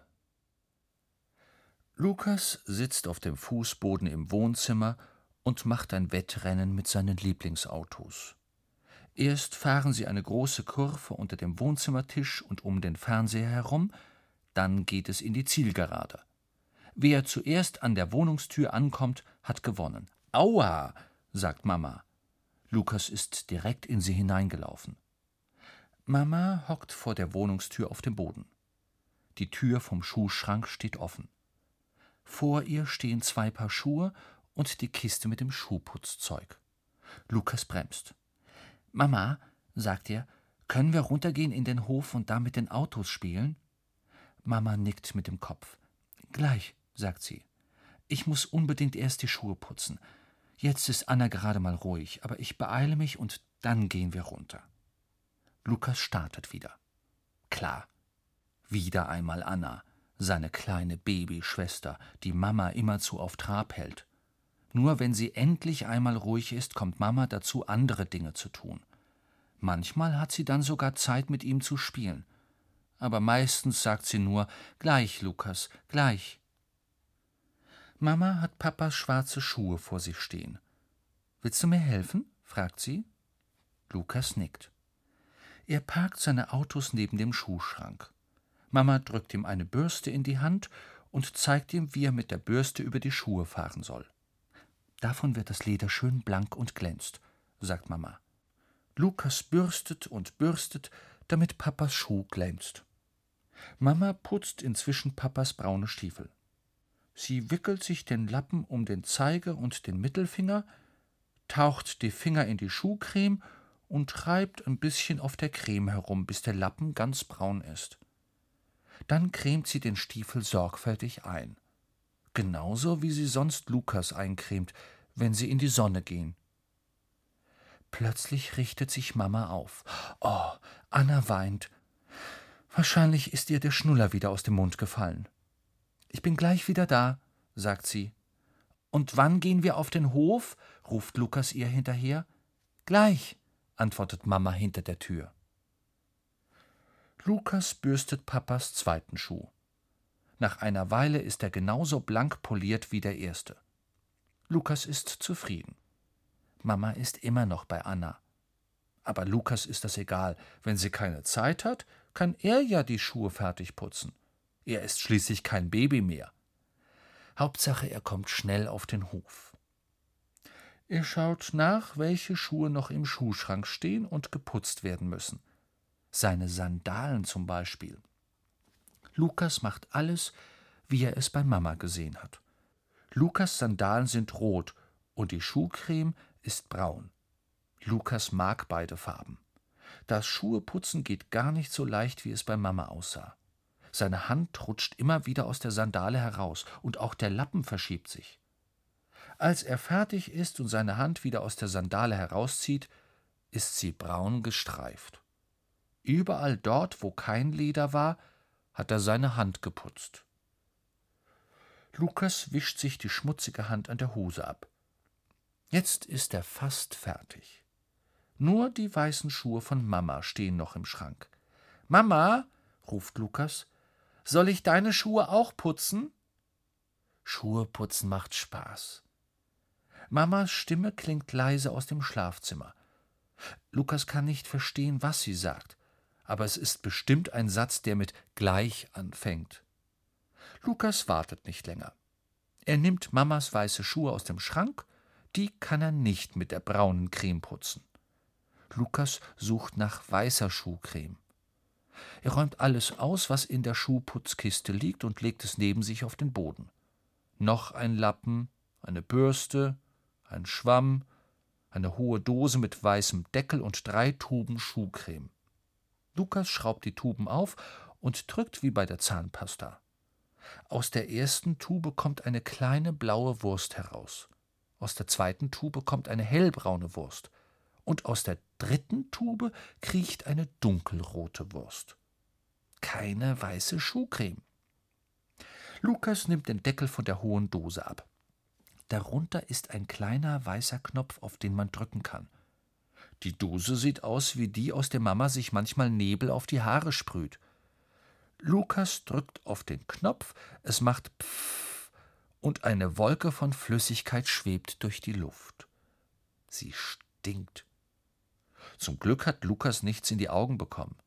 Lukas sitzt auf dem Fußboden im Wohnzimmer und macht ein Wettrennen mit seinen Lieblingsautos. Erst fahren sie eine große Kurve unter dem Wohnzimmertisch und um den Fernseher herum, dann geht es in die Zielgerade. Wer zuerst an der Wohnungstür ankommt, hat gewonnen. »Aua«, sagt Mama. Lukas ist direkt in sie hineingelaufen. Mama hockt vor der Wohnungstür auf dem Boden. Die Tür vom Schuhschrank steht offen. Vor ihr stehen 2 Paar Schuhe und die Kiste mit dem Schuhputzzeug. Lukas bremst. »Mama«, sagt er, »können wir runtergehen in den Hof und da mit den Autos spielen?« Mama nickt mit dem Kopf. »Gleich«, sagt sie. »Ich muss unbedingt erst die Schuhe putzen. Jetzt ist Anna gerade mal ruhig, aber ich beeile mich und dann gehen wir runter.« Lukas startet wieder. Klar, wieder einmal Anna, seine kleine Babyschwester, die Mama immerzu auf Trab hält. Nur wenn sie endlich einmal ruhig ist, kommt Mama dazu, andere Dinge zu tun. Manchmal hat sie dann sogar Zeit, mit ihm zu spielen. Aber meistens sagt sie nur: »Gleich, Lukas, gleich.« Mama hat Papas schwarze Schuhe vor sich stehen. »Willst du mir helfen?« fragt sie. Lukas nickt. Er parkt seine Autos neben dem Schuhschrank. Mama drückt ihm eine Bürste in die Hand und zeigt ihm, wie er mit der Bürste über die Schuhe fahren soll. »Davon wird das Leder schön blank und glänzt«, sagt Mama. Lukas bürstet und bürstet, damit Papas Schuh glänzt. Mama putzt inzwischen Papas braune Stiefel. Sie wickelt sich den Lappen um den Zeige- und den Mittelfinger, taucht die Finger in die Schuhcreme und reibt ein bisschen auf der Creme herum, bis der Lappen ganz braun ist. Dann cremt sie den Stiefel sorgfältig ein. Genauso wie sie sonst Lukas eincremt, wenn sie in die Sonne gehen. Plötzlich richtet sich Mama auf. Oh, Anna weint. Wahrscheinlich ist ihr der Schnuller wieder aus dem Mund gefallen. »Ich bin gleich wieder da«, sagt sie. »Und wann gehen wir auf den Hof?« ruft Lukas ihr hinterher. »Gleich«, antwortet Mama hinter der Tür. Lukas bürstet Papas zweiten Schuh. Nach einer Weile ist er genauso blank poliert wie der erste. Lukas ist zufrieden. Mama ist immer noch bei Anna. Aber Lukas ist das egal. Wenn sie keine Zeit hat, kann er ja die Schuhe fertig putzen. Er ist schließlich kein Baby mehr. Hauptsache, er kommt schnell auf den Hof. Er schaut nach, welche Schuhe noch im Schuhschrank stehen und geputzt werden müssen. Seine Sandalen zum Beispiel. Lukas macht alles, wie er es bei Mama gesehen hat. Lukas' Sandalen sind rot und die Schuhcreme ist braun. Lukas mag beide Farben. Das Schuheputzen geht gar nicht so leicht, wie es bei Mama aussah. Seine Hand rutscht immer wieder aus der Sandale heraus und auch der Lappen verschiebt sich. Als er fertig ist und seine Hand wieder aus der Sandale herauszieht, ist sie braun gestreift. Überall dort, wo kein Leder war, hat er seine Hand geputzt. Lukas wischt sich die schmutzige Hand an der Hose ab. Jetzt ist er fast fertig. Nur die weißen Schuhe von Mama stehen noch im Schrank. »Mama«, ruft Lukas, »soll ich deine Schuhe auch putzen?« Schuhe putzen macht Spaß. Mamas Stimme klingt leise aus dem Schlafzimmer. Lukas kann nicht verstehen, was sie sagt, aber es ist bestimmt ein Satz, der mit »gleich« anfängt. Lukas wartet nicht länger. Er nimmt Mamas weiße Schuhe aus dem Schrank, die kann er nicht mit der braunen Creme putzen. Lukas sucht nach weißer Schuhcreme. Er räumt alles aus, was in der Schuhputzkiste liegt, und legt es neben sich auf den Boden. Noch ein Lappen, eine Bürste, ein Schwamm, eine hohe Dose mit weißem Deckel und 3 Tuben Schuhcreme. Lukas schraubt die Tuben auf und drückt wie bei der Zahnpasta. Aus der ersten Tube kommt eine kleine blaue Wurst heraus. Aus der zweiten Tube kommt eine hellbraune Wurst. Und aus der dritten Tube kriecht eine dunkelrote Wurst. Keine weiße Schuhcreme. Lukas nimmt den Deckel von der hohen Dose ab. Darunter ist ein kleiner weißer Knopf, auf den man drücken kann. Die Dose sieht aus wie die, aus der Mama sich manchmal Nebel auf die Haare sprüht. Lukas drückt auf den Knopf, es macht Pfff und eine Wolke von Flüssigkeit schwebt durch die Luft. Sie stinkt. Zum Glück hat Lukas nichts in die Augen bekommen.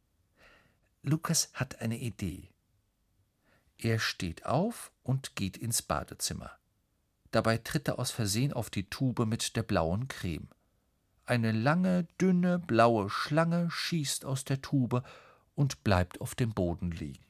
Lukas hat eine Idee. Er steht auf und geht ins Badezimmer. Dabei tritt er aus Versehen auf die Tube mit der blauen Creme. Eine lange, dünne, blaue Schlange schießt aus der Tube und bleibt auf dem Boden liegen.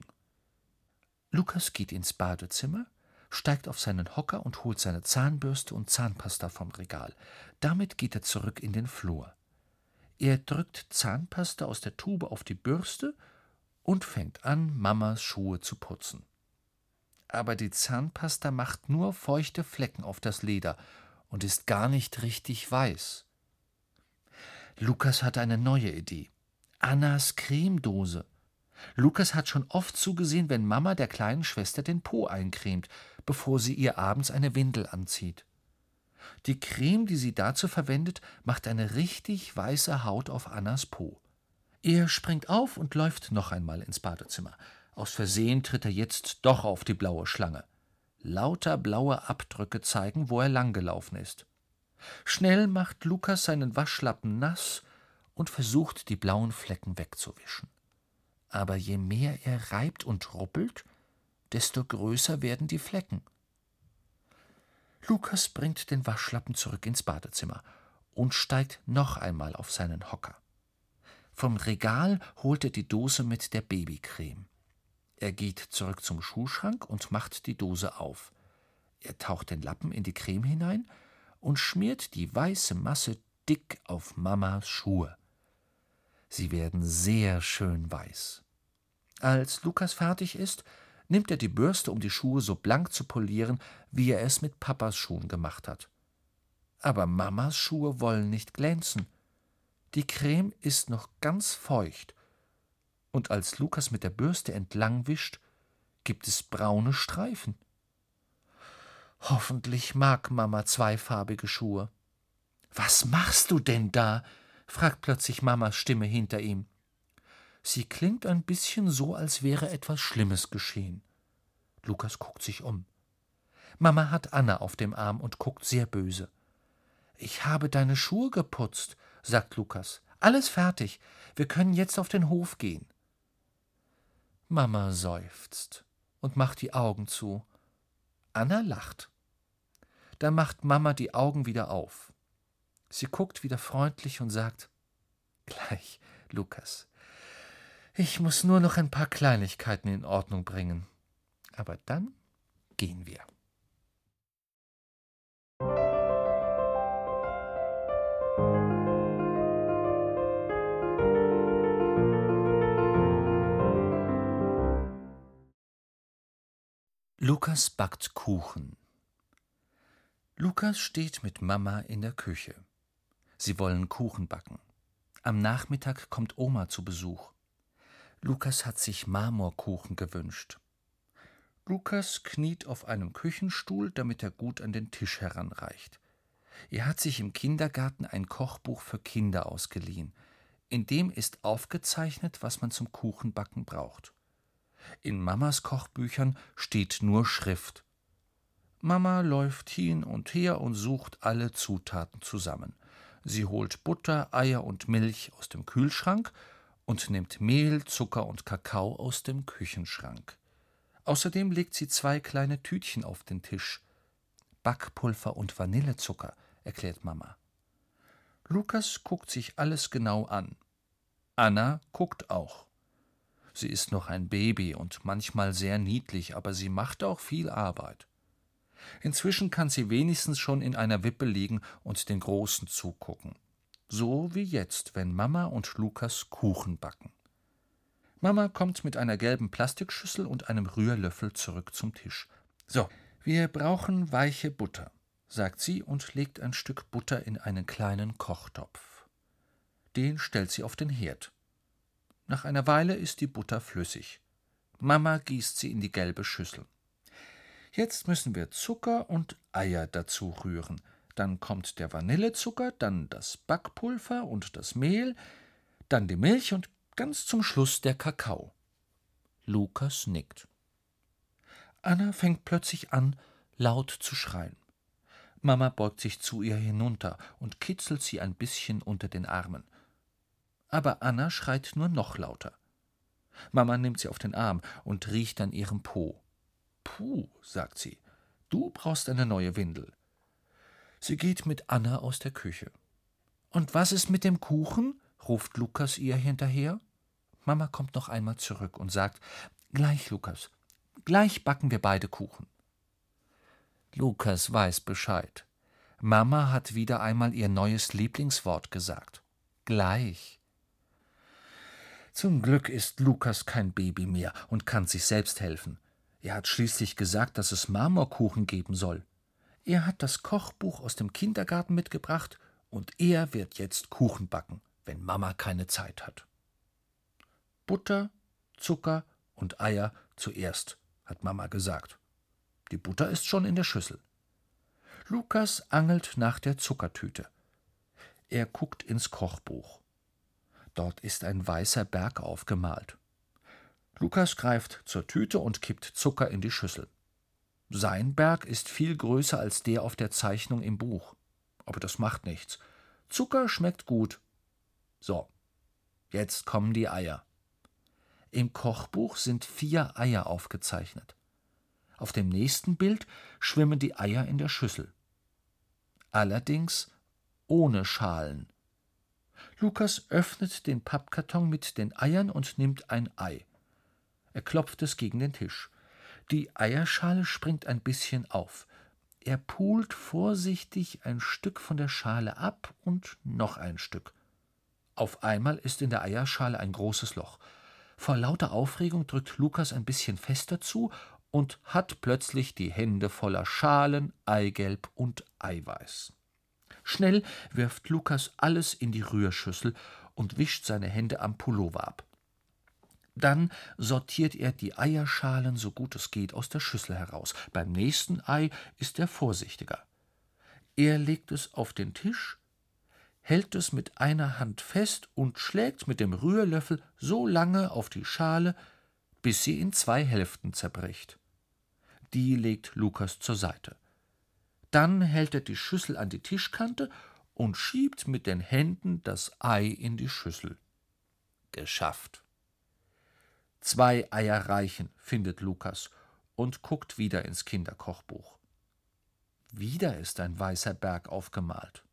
Lukas geht ins Badezimmer, steigt auf seinen Hocker und holt seine Zahnbürste und Zahnpasta vom Regal. Damit geht er zurück in den Flur. Er drückt Zahnpasta aus der Tube auf die Bürste und fängt an, Mamas Schuhe zu putzen. Aber die Zahnpasta macht nur feuchte Flecken auf das Leder und ist gar nicht richtig weiß. Lukas hat eine neue Idee. Annas Cremedose. Lukas hat schon oft zugesehen, wenn Mama der kleinen Schwester den Po eincremt, bevor sie ihr abends eine Windel anzieht. Die Creme, die sie dazu verwendet, macht eine richtig weiße Haut auf Annas Po. Er springt auf und läuft noch einmal ins Badezimmer. Aus Versehen tritt er jetzt doch auf die blaue Schlange. Lauter blaue Abdrücke zeigen, wo er langgelaufen ist. Schnell macht Lukas seinen Waschlappen nass und versucht, die blauen Flecken wegzuwischen. Aber je mehr er reibt und ruppelt, desto größer werden die Flecken. Lukas bringt den Waschlappen zurück ins Badezimmer und steigt noch einmal auf seinen Hocker. Vom Regal holt er die Dose mit der Babycreme. Er geht zurück zum Schuhschrank und macht die Dose auf. Er taucht den Lappen in die Creme hinein und schmiert die weiße Masse dick auf Mamas Schuhe. Sie werden sehr schön weiß. Als Lukas fertig ist, nimmt er die Bürste, um die Schuhe so blank zu polieren, wie er es mit Papas Schuhen gemacht hat. Aber Mamas Schuhe wollen nicht glänzen. Die Creme ist noch ganz feucht, und als Lukas mit der Bürste entlang wischt, gibt es braune Streifen. Hoffentlich mag Mama zweifarbige Schuhe. »Was machst du denn da?« fragt plötzlich Mamas Stimme hinter ihm. Sie klingt ein bisschen so, als wäre etwas Schlimmes geschehen. Lukas guckt sich um. Mama hat Anna auf dem Arm und guckt sehr böse. »Ich habe deine Schuhe geputzt«, sagt Lukas. »Alles fertig. Wir können jetzt auf den Hof gehen.« Mama seufzt und macht die Augen zu. Anna lacht. Da macht Mama die Augen wieder auf. Sie guckt wieder freundlich und sagt: »Gleich, Lukas. Ich muss nur noch ein paar Kleinigkeiten in Ordnung bringen. Aber dann gehen wir.« Lukas backt Kuchen. Lukas steht mit Mama in der Küche. Sie wollen Kuchen backen. Am Nachmittag kommt Oma zu Besuch. Lukas hat sich Marmorkuchen gewünscht. Lukas kniet auf einem Küchenstuhl, damit er gut an den Tisch heranreicht. Er hat sich im Kindergarten ein Kochbuch für Kinder ausgeliehen. In dem ist aufgezeichnet, was man zum Kuchenbacken braucht. In Mamas Kochbüchern steht nur Schrift. Mama läuft hin und her und sucht alle Zutaten zusammen. Sie holt Butter, Eier und Milch aus dem Kühlschrank und nimmt Mehl, Zucker und Kakao aus dem Küchenschrank. Außerdem legt sie 2 kleine Tütchen auf den Tisch. »Backpulver und Vanillezucker«, erklärt Mama. Lukas guckt sich alles genau an. Anna guckt auch. Sie ist noch ein Baby und manchmal sehr niedlich, aber sie macht auch viel Arbeit. Inzwischen kann sie wenigstens schon in einer Wippe liegen und den Großen zugucken. So wie jetzt, wenn Mama und Lukas Kuchen backen. Mama kommt mit einer gelben Plastikschüssel und einem Rührlöffel zurück zum Tisch. »So, wir brauchen weiche Butter«, sagt sie und legt ein Stück Butter in einen kleinen Kochtopf. Den stellt sie auf den Herd. Nach einer Weile ist die Butter flüssig. Mama gießt sie in die gelbe Schüssel. Jetzt müssen wir Zucker und Eier dazu rühren. Dann kommt der Vanillezucker, dann das Backpulver und das Mehl, dann die Milch und ganz zum Schluss der Kakao. Lukas nickt. Anna fängt plötzlich an, laut zu schreien. Mama beugt sich zu ihr hinunter und kitzelt sie ein bisschen unter den Armen. Aber Anna schreit nur noch lauter. Mama nimmt sie auf den Arm und riecht an ihrem Po. »Puh«, sagt sie, »du brauchst eine neue Windel.« Sie geht mit Anna aus der Küche. »Und was ist mit dem Kuchen?«, ruft Lukas ihr hinterher. Mama kommt noch einmal zurück und sagt: »Gleich, Lukas, gleich backen wir beide Kuchen.« Lukas weiß Bescheid. Mama hat wieder einmal ihr neues Lieblingswort gesagt. Gleich. Zum Glück ist Lukas kein Baby mehr und kann sich selbst helfen. Er hat schließlich gesagt, dass es Marmorkuchen geben soll. Er hat das Kochbuch aus dem Kindergarten mitgebracht und er wird jetzt Kuchen backen, wenn Mama keine Zeit hat. Butter, Zucker und Eier zuerst, hat Mama gesagt. Die Butter ist schon in der Schüssel. Lukas angelt nach der Zuckertüte. Er guckt ins Kochbuch. Dort ist ein weißer Berg aufgemalt. Lukas greift zur Tüte und kippt Zucker in die Schüssel. Sein Berg ist viel größer als der auf der Zeichnung im Buch. Aber das macht nichts. Zucker schmeckt gut. So, jetzt kommen die Eier. Im Kochbuch sind 4 Eier aufgezeichnet. Auf dem nächsten Bild schwimmen die Eier in der Schüssel. Allerdings ohne Schalen. Lukas öffnet den Pappkarton mit den Eiern und nimmt ein Ei. Er klopft es gegen den Tisch. Die Eierschale springt ein bisschen auf. Er pult vorsichtig ein Stück von der Schale ab und noch ein Stück. Auf einmal ist in der Eierschale ein großes Loch. Vor lauter Aufregung drückt Lukas ein bisschen fester zu und hat plötzlich die Hände voller Schalen, Eigelb und Eiweiß. Schnell wirft Lukas alles in die Rührschüssel und wischt seine Hände am Pullover ab. Dann sortiert er die Eierschalen so gut es geht aus der Schüssel heraus. Beim nächsten Ei ist er vorsichtiger. Er legt es auf den Tisch, hält es mit einer Hand fest und schlägt mit dem Rührlöffel so lange auf die Schale, bis sie in 2 Hälften zerbricht. Die legt Lukas zur Seite. Dann hält er die Schüssel an die Tischkante und schiebt mit den Händen das Ei in die Schüssel. Geschafft. 2 Eier reichen, findet Lukas und guckt wieder ins Kinderkochbuch. Wieder ist ein weißer Berg aufgemalt.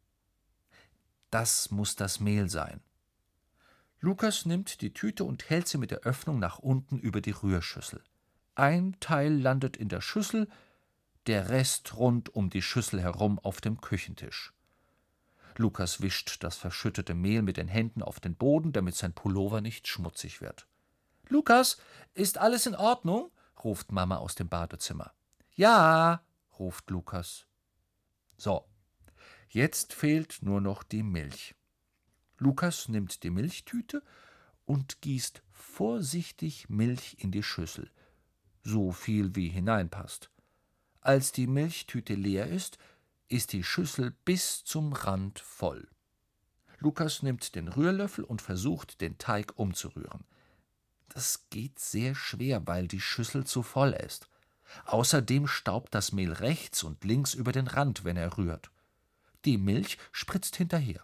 Das muss das Mehl sein. Lukas nimmt die Tüte und hält sie mit der Öffnung nach unten über die Rührschüssel. Ein Teil landet in der Schüssel, der Rest rund um die Schüssel herum auf dem Küchentisch. Lukas wischt das verschüttete Mehl mit den Händen auf den Boden, damit sein Pullover nicht schmutzig wird. »Lukas, ist alles in Ordnung?« ruft Mama aus dem Badezimmer. »Ja«, ruft Lukas. So, jetzt fehlt nur noch die Milch. Lukas nimmt die Milchtüte und gießt vorsichtig Milch in die Schüssel, so viel wie hineinpasst. Als die Milchtüte leer ist die Schüssel bis zum Rand voll. Lukas nimmt den Rührlöffel und versucht, den Teig umzurühren. Das geht sehr schwer, weil die Schüssel zu voll ist. Außerdem staubt das Mehl rechts und links über den Rand, wenn er rührt. Die Milch spritzt hinterher.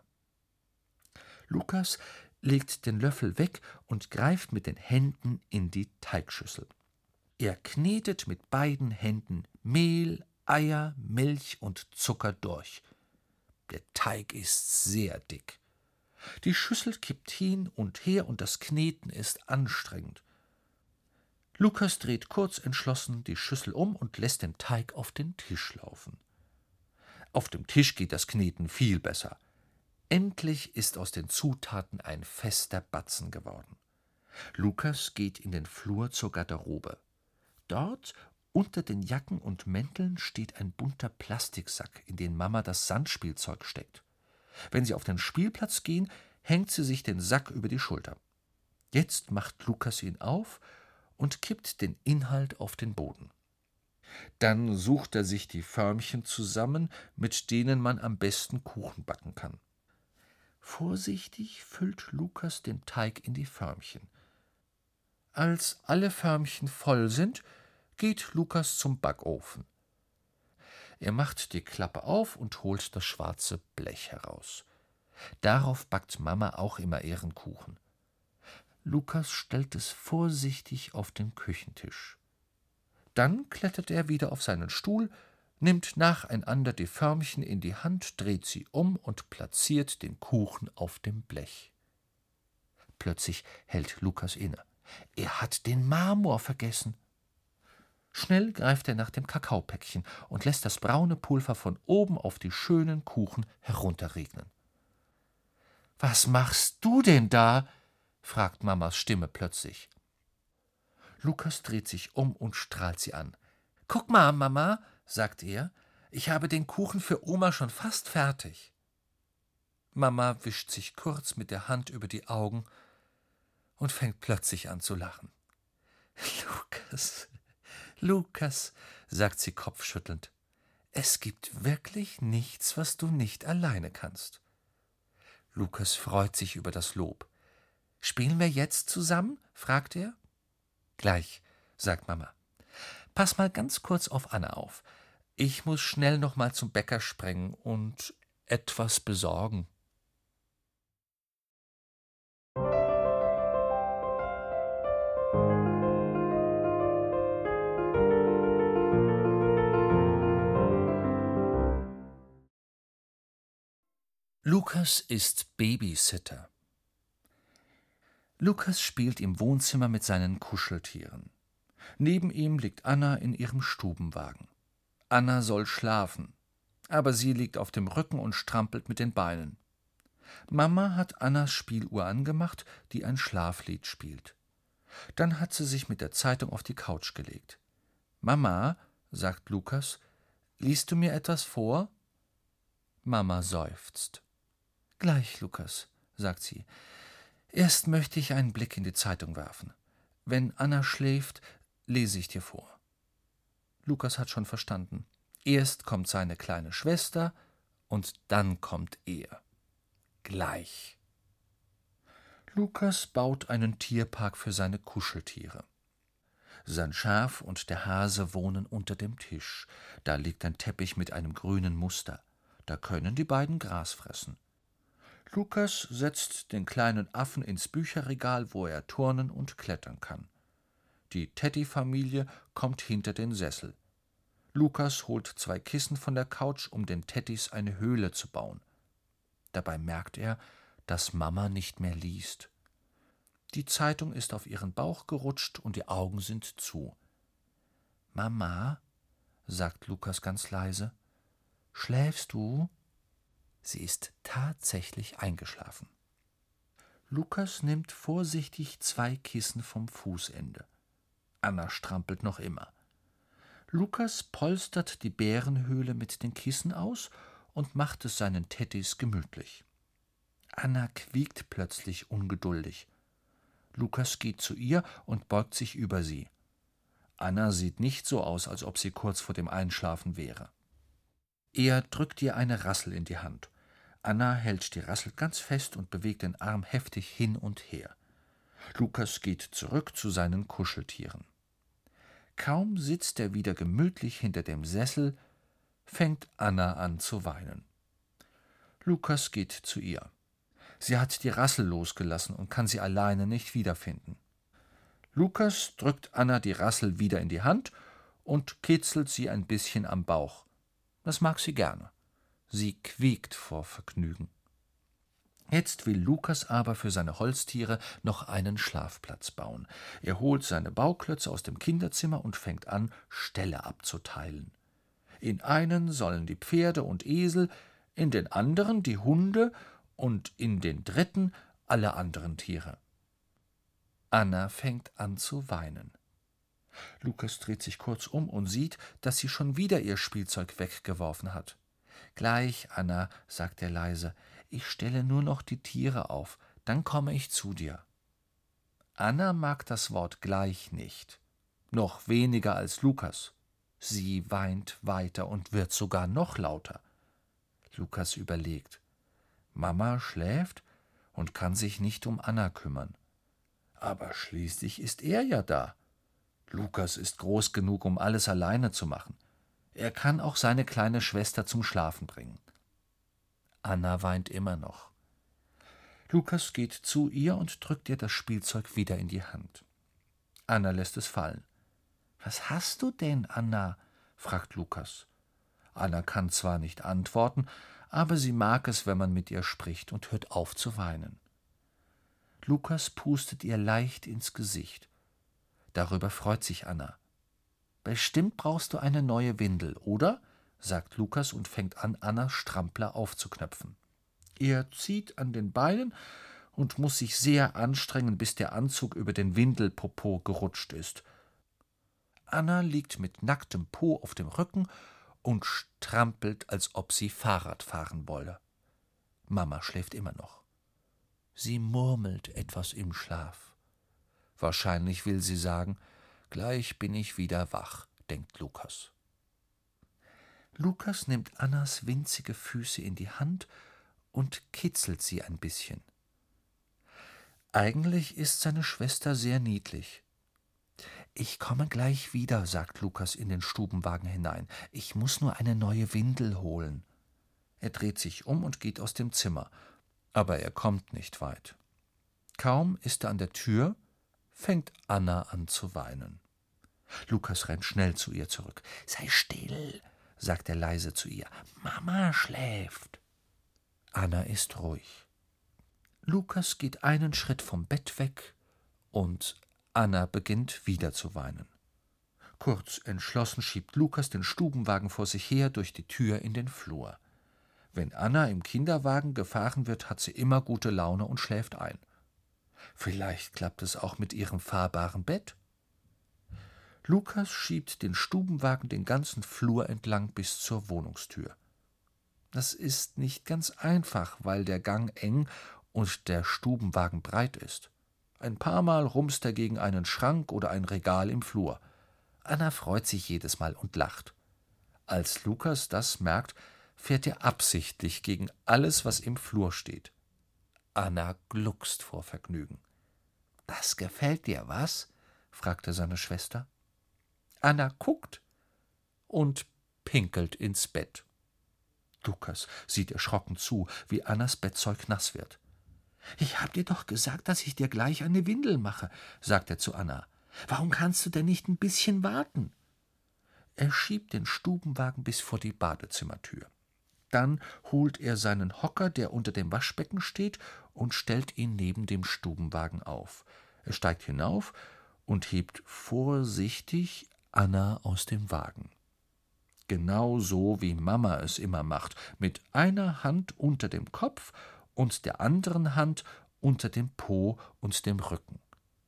Lukas legt den Löffel weg und greift mit den Händen in die Teigschüssel. Er knetet mit beiden Händen Mehl, Eier, Milch und Zucker durch. Der Teig ist sehr dick. Die Schüssel kippt hin und her und das Kneten ist anstrengend. Lukas dreht kurz entschlossen die Schüssel um und lässt den Teig auf den Tisch laufen. Auf dem Tisch geht das Kneten viel besser. Endlich ist aus den Zutaten ein fester Batzen geworden. Lukas geht in den Flur zur Garderobe. Dort, unter den Jacken und Mänteln, steht ein bunter Plastiksack, in den Mama das Sandspielzeug steckt. Wenn sie auf den Spielplatz gehen, hängt sie sich den Sack über die Schulter. Jetzt macht Lukas ihn auf und kippt den Inhalt auf den Boden. Dann sucht er sich die Förmchen zusammen, mit denen man am besten Kuchen backen kann. Vorsichtig füllt Lukas den Teig in die Förmchen. Als alle Förmchen voll sind, geht Lukas zum Backofen. Er macht die Klappe auf und holt das schwarze Blech heraus. Darauf backt Mama auch immer ihren Kuchen. Lukas stellt es vorsichtig auf den Küchentisch. Dann klettert er wieder auf seinen Stuhl, nimmt nacheinander die Förmchen in die Hand, dreht sie um und platziert den Kuchen auf dem Blech. Plötzlich hält Lukas inne. Er hat den Marmor vergessen. Schnell greift er nach dem Kakaopäckchen und lässt das braune Pulver von oben auf die schönen Kuchen herunterregnen. »Was machst du denn da?« fragt Mamas Stimme plötzlich. Lukas dreht sich um und strahlt sie an. »Guck mal, Mama«, sagt er, »ich habe den Kuchen für Oma schon fast fertig.« Mama wischt sich kurz mit der Hand über die Augen und fängt plötzlich an zu lachen. »Lukas, Lukas«, sagt sie kopfschüttelnd, Es gibt wirklich nichts, was du nicht alleine kannst. Lukas freut sich über das Lob. »Spielen wir jetzt zusammen?« fragt er. »Gleich«, sagt Mama. »Pass mal ganz kurz auf Anna auf. Ich muss schnell noch mal zum Bäcker springen und etwas besorgen.« Lukas ist Babysitter. Lukas spielt im Wohnzimmer mit seinen Kuscheltieren. Neben ihm liegt Anna in ihrem Stubenwagen. Anna soll schlafen, aber sie liegt auf dem Rücken und strampelt mit den Beinen. Mama hat Annas Spieluhr angemacht, die ein Schlaflied spielt. Dann hat sie sich mit der Zeitung auf die Couch gelegt. »Mama«, sagt Lukas, »liest du mir etwas vor?« Mama seufzt. »Gleich, Lukas«, sagt sie. »Erst möchte ich einen Blick in die Zeitung werfen. Wenn Anna schläft, lese ich dir vor.« Lukas hat schon verstanden. Erst kommt seine kleine Schwester und dann kommt er. Gleich. Lukas baut einen Tierpark für seine Kuscheltiere. Sein Schaf und der Hase wohnen unter dem Tisch. Da liegt ein Teppich mit einem grünen Muster. Da können die beiden Gras fressen. Lukas setzt den kleinen Affen ins Bücherregal, wo er turnen und klettern kann. Die Teddy-Familie kommt hinter den Sessel. Lukas holt 2 Kissen von der Couch, um den Teddys eine Höhle zu bauen. Dabei merkt er, dass Mama nicht mehr liest. Die Zeitung ist auf ihren Bauch gerutscht und die Augen sind zu. »Mama«, sagt Lukas ganz leise, »schläfst du?« Sie ist tatsächlich eingeschlafen. Lukas nimmt vorsichtig 2 Kissen vom Fußende. Anna strampelt noch immer. Lukas polstert die Bärenhöhle mit den Kissen aus und macht es seinen Teddys gemütlich. Anna quiekt plötzlich ungeduldig. Lukas geht zu ihr und beugt sich über sie. Anna sieht nicht so aus, als ob sie kurz vor dem Einschlafen wäre. Er drückt ihr eine Rassel in die Hand. Anna hält die Rassel ganz fest und bewegt den Arm heftig hin und her. Lukas geht zurück zu seinen Kuscheltieren. Kaum sitzt er wieder gemütlich hinter dem Sessel, fängt Anna an zu weinen. Lukas geht zu ihr. Sie hat die Rassel losgelassen und kann sie alleine nicht wiederfinden. Lukas drückt Anna die Rassel wieder in die Hand und kitzelt sie ein bisschen am Bauch. Das mag sie gerne. Sie quiekt vor Vergnügen. Jetzt will Lukas aber für seine Holztiere noch einen Schlafplatz bauen. Er holt seine Bauklötze aus dem Kinderzimmer und fängt an, Ställe abzuteilen. In einen sollen die Pferde und Esel, in den anderen die Hunde und in den dritten alle anderen Tiere. Anna fängt an zu weinen. Lukas dreht sich kurz um und sieht, dass sie schon wieder ihr Spielzeug weggeworfen hat. »Gleich, Anna«, sagt er leise, »ich stelle nur noch die Tiere auf, dann komme ich zu dir.« Anna mag das Wort gleich nicht, noch weniger als Lukas. Sie weint weiter und wird sogar noch lauter. Lukas überlegt. Mama schläft und kann sich nicht um Anna kümmern. Aber schließlich ist er ja da. Lukas ist groß genug, um alles alleine zu machen. Er kann auch seine kleine Schwester zum Schlafen bringen. Anna weint immer noch. Lukas geht zu ihr und drückt ihr das Spielzeug wieder in die Hand. Anna lässt es fallen. »Was hast du denn, Anna?« fragt Lukas. Anna kann zwar nicht antworten, aber sie mag es, wenn man mit ihr spricht, und hört auf zu weinen. Lukas pustet ihr leicht ins Gesicht. Darüber freut sich Anna. »Bestimmt brauchst du eine neue Windel, oder?« sagt Lukas und fängt an, Annas Strampler aufzuknöpfen. Er zieht an den Beinen und muss sich sehr anstrengen, bis der Anzug über den Windelpopo gerutscht ist. Anna liegt mit nacktem Po auf dem Rücken und strampelt, als ob sie Fahrrad fahren wolle. Mama schläft immer noch. Sie murmelt etwas im Schlaf. Wahrscheinlich will sie sagen, »Gleich bin ich wieder wach«, denkt Lukas. Lukas nimmt Annas winzige Füße in die Hand und kitzelt sie ein bisschen. Eigentlich ist seine Schwester sehr niedlich. »Ich komme gleich wieder«, sagt Lukas in den Stubenwagen hinein. »Ich muss nur eine neue Windel holen.« Er dreht sich um und geht aus dem Zimmer. Aber er kommt nicht weit. Kaum ist er an der Tür, fängt Anna an zu weinen. Lukas rennt schnell zu ihr zurück. »Sei still«, sagt er leise zu ihr. »Mama schläft.« Anna ist ruhig. Lukas geht einen Schritt vom Bett weg und Anna beginnt wieder zu weinen. Kurz entschlossen schiebt Lukas den Stubenwagen vor sich her durch die Tür in den Flur. Wenn Anna im Kinderwagen gefahren wird, hat sie immer gute Laune und schläft ein. Vielleicht klappt es auch mit ihrem fahrbaren Bett. Lukas schiebt den Stubenwagen den ganzen Flur entlang bis zur Wohnungstür. Das ist nicht ganz einfach, weil der Gang eng und der Stubenwagen breit ist. Ein paar Mal rumst er gegen einen Schrank oder ein Regal im Flur. Anna freut sich jedes Mal und lacht. Als Lukas das merkt, fährt er absichtlich gegen alles, was im Flur steht. Anna gluckst vor Vergnügen. »Das gefällt dir, was?« fragte seine Schwester. Anna guckt und pinkelt ins Bett. Lukas sieht erschrocken zu, wie Annas Bettzeug nass wird. »Ich hab dir doch gesagt, dass ich dir gleich eine Windel mache«, sagt er zu Anna. »Warum kannst du denn nicht ein bisschen warten?« Er schiebt den Stubenwagen bis vor die Badezimmertür. Dann holt er seinen Hocker, der unter dem Waschbecken steht, und stellt ihn neben dem Stubenwagen auf. Er steigt hinauf und hebt vorsichtig Anna aus dem Wagen. Genau so, wie Mama es immer macht, mit einer Hand unter dem Kopf und der anderen Hand unter dem Po und dem Rücken.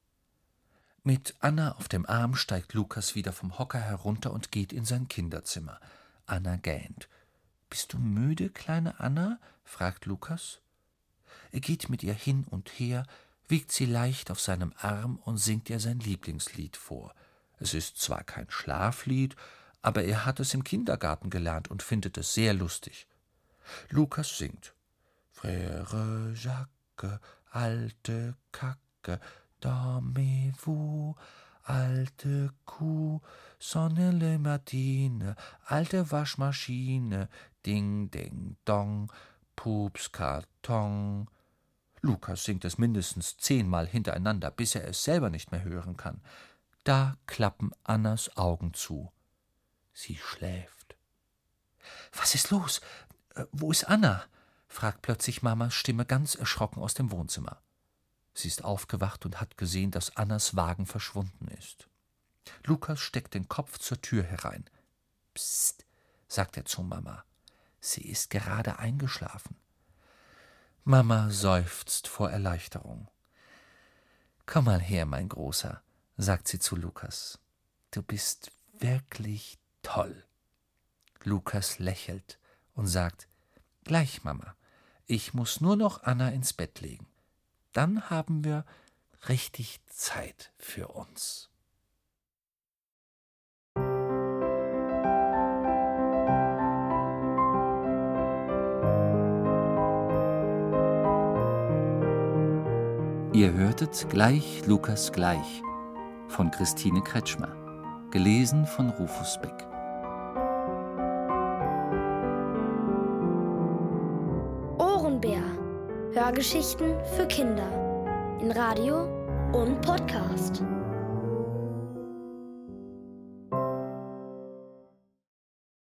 Mit Anna auf dem Arm steigt Lukas wieder vom Hocker herunter und geht in sein Kinderzimmer. Anna gähnt. »Bist du müde, kleine Anna?« fragt Lukas. Er geht mit ihr hin und her, wiegt sie leicht auf seinem Arm und singt ihr sein Lieblingslied vor. Es ist zwar kein Schlaflied, aber er hat es im Kindergarten gelernt und findet es sehr lustig. Lukas singt: »Frère Jacques, alte Kacke, dormez-vous, alte Kuh, sonne le matine, alte Waschmaschine, ding, ding, dong, Pups Karton.« Lukas singt es mindestens 10-mal hintereinander, bis er es selber nicht mehr hören kann. Da klappen Annas Augen zu. Sie schläft. »Was ist los? Wo ist Anna?« fragt plötzlich Mamas Stimme ganz erschrocken aus dem Wohnzimmer. Sie ist aufgewacht und hat gesehen, dass Annas Wagen verschwunden ist. Lukas steckt den Kopf zur Tür herein. »Psst«, sagt er zu Mama, »sie ist gerade eingeschlafen.« Mama seufzt vor Erleichterung. »Komm mal her, mein Großer«, sagt sie zu Lukas. »Du bist wirklich toll.« Lukas lächelt und sagt: »Gleich, Mama. Ich muss nur noch Anna ins Bett legen. Dann haben wir richtig Zeit für uns.« Ihr hörtet Gleich, Lukas, gleich von Christine Kretschmer, gelesen von Rufus Beck. Ohrenbär. Hörgeschichten für Kinder in Radio und Podcast.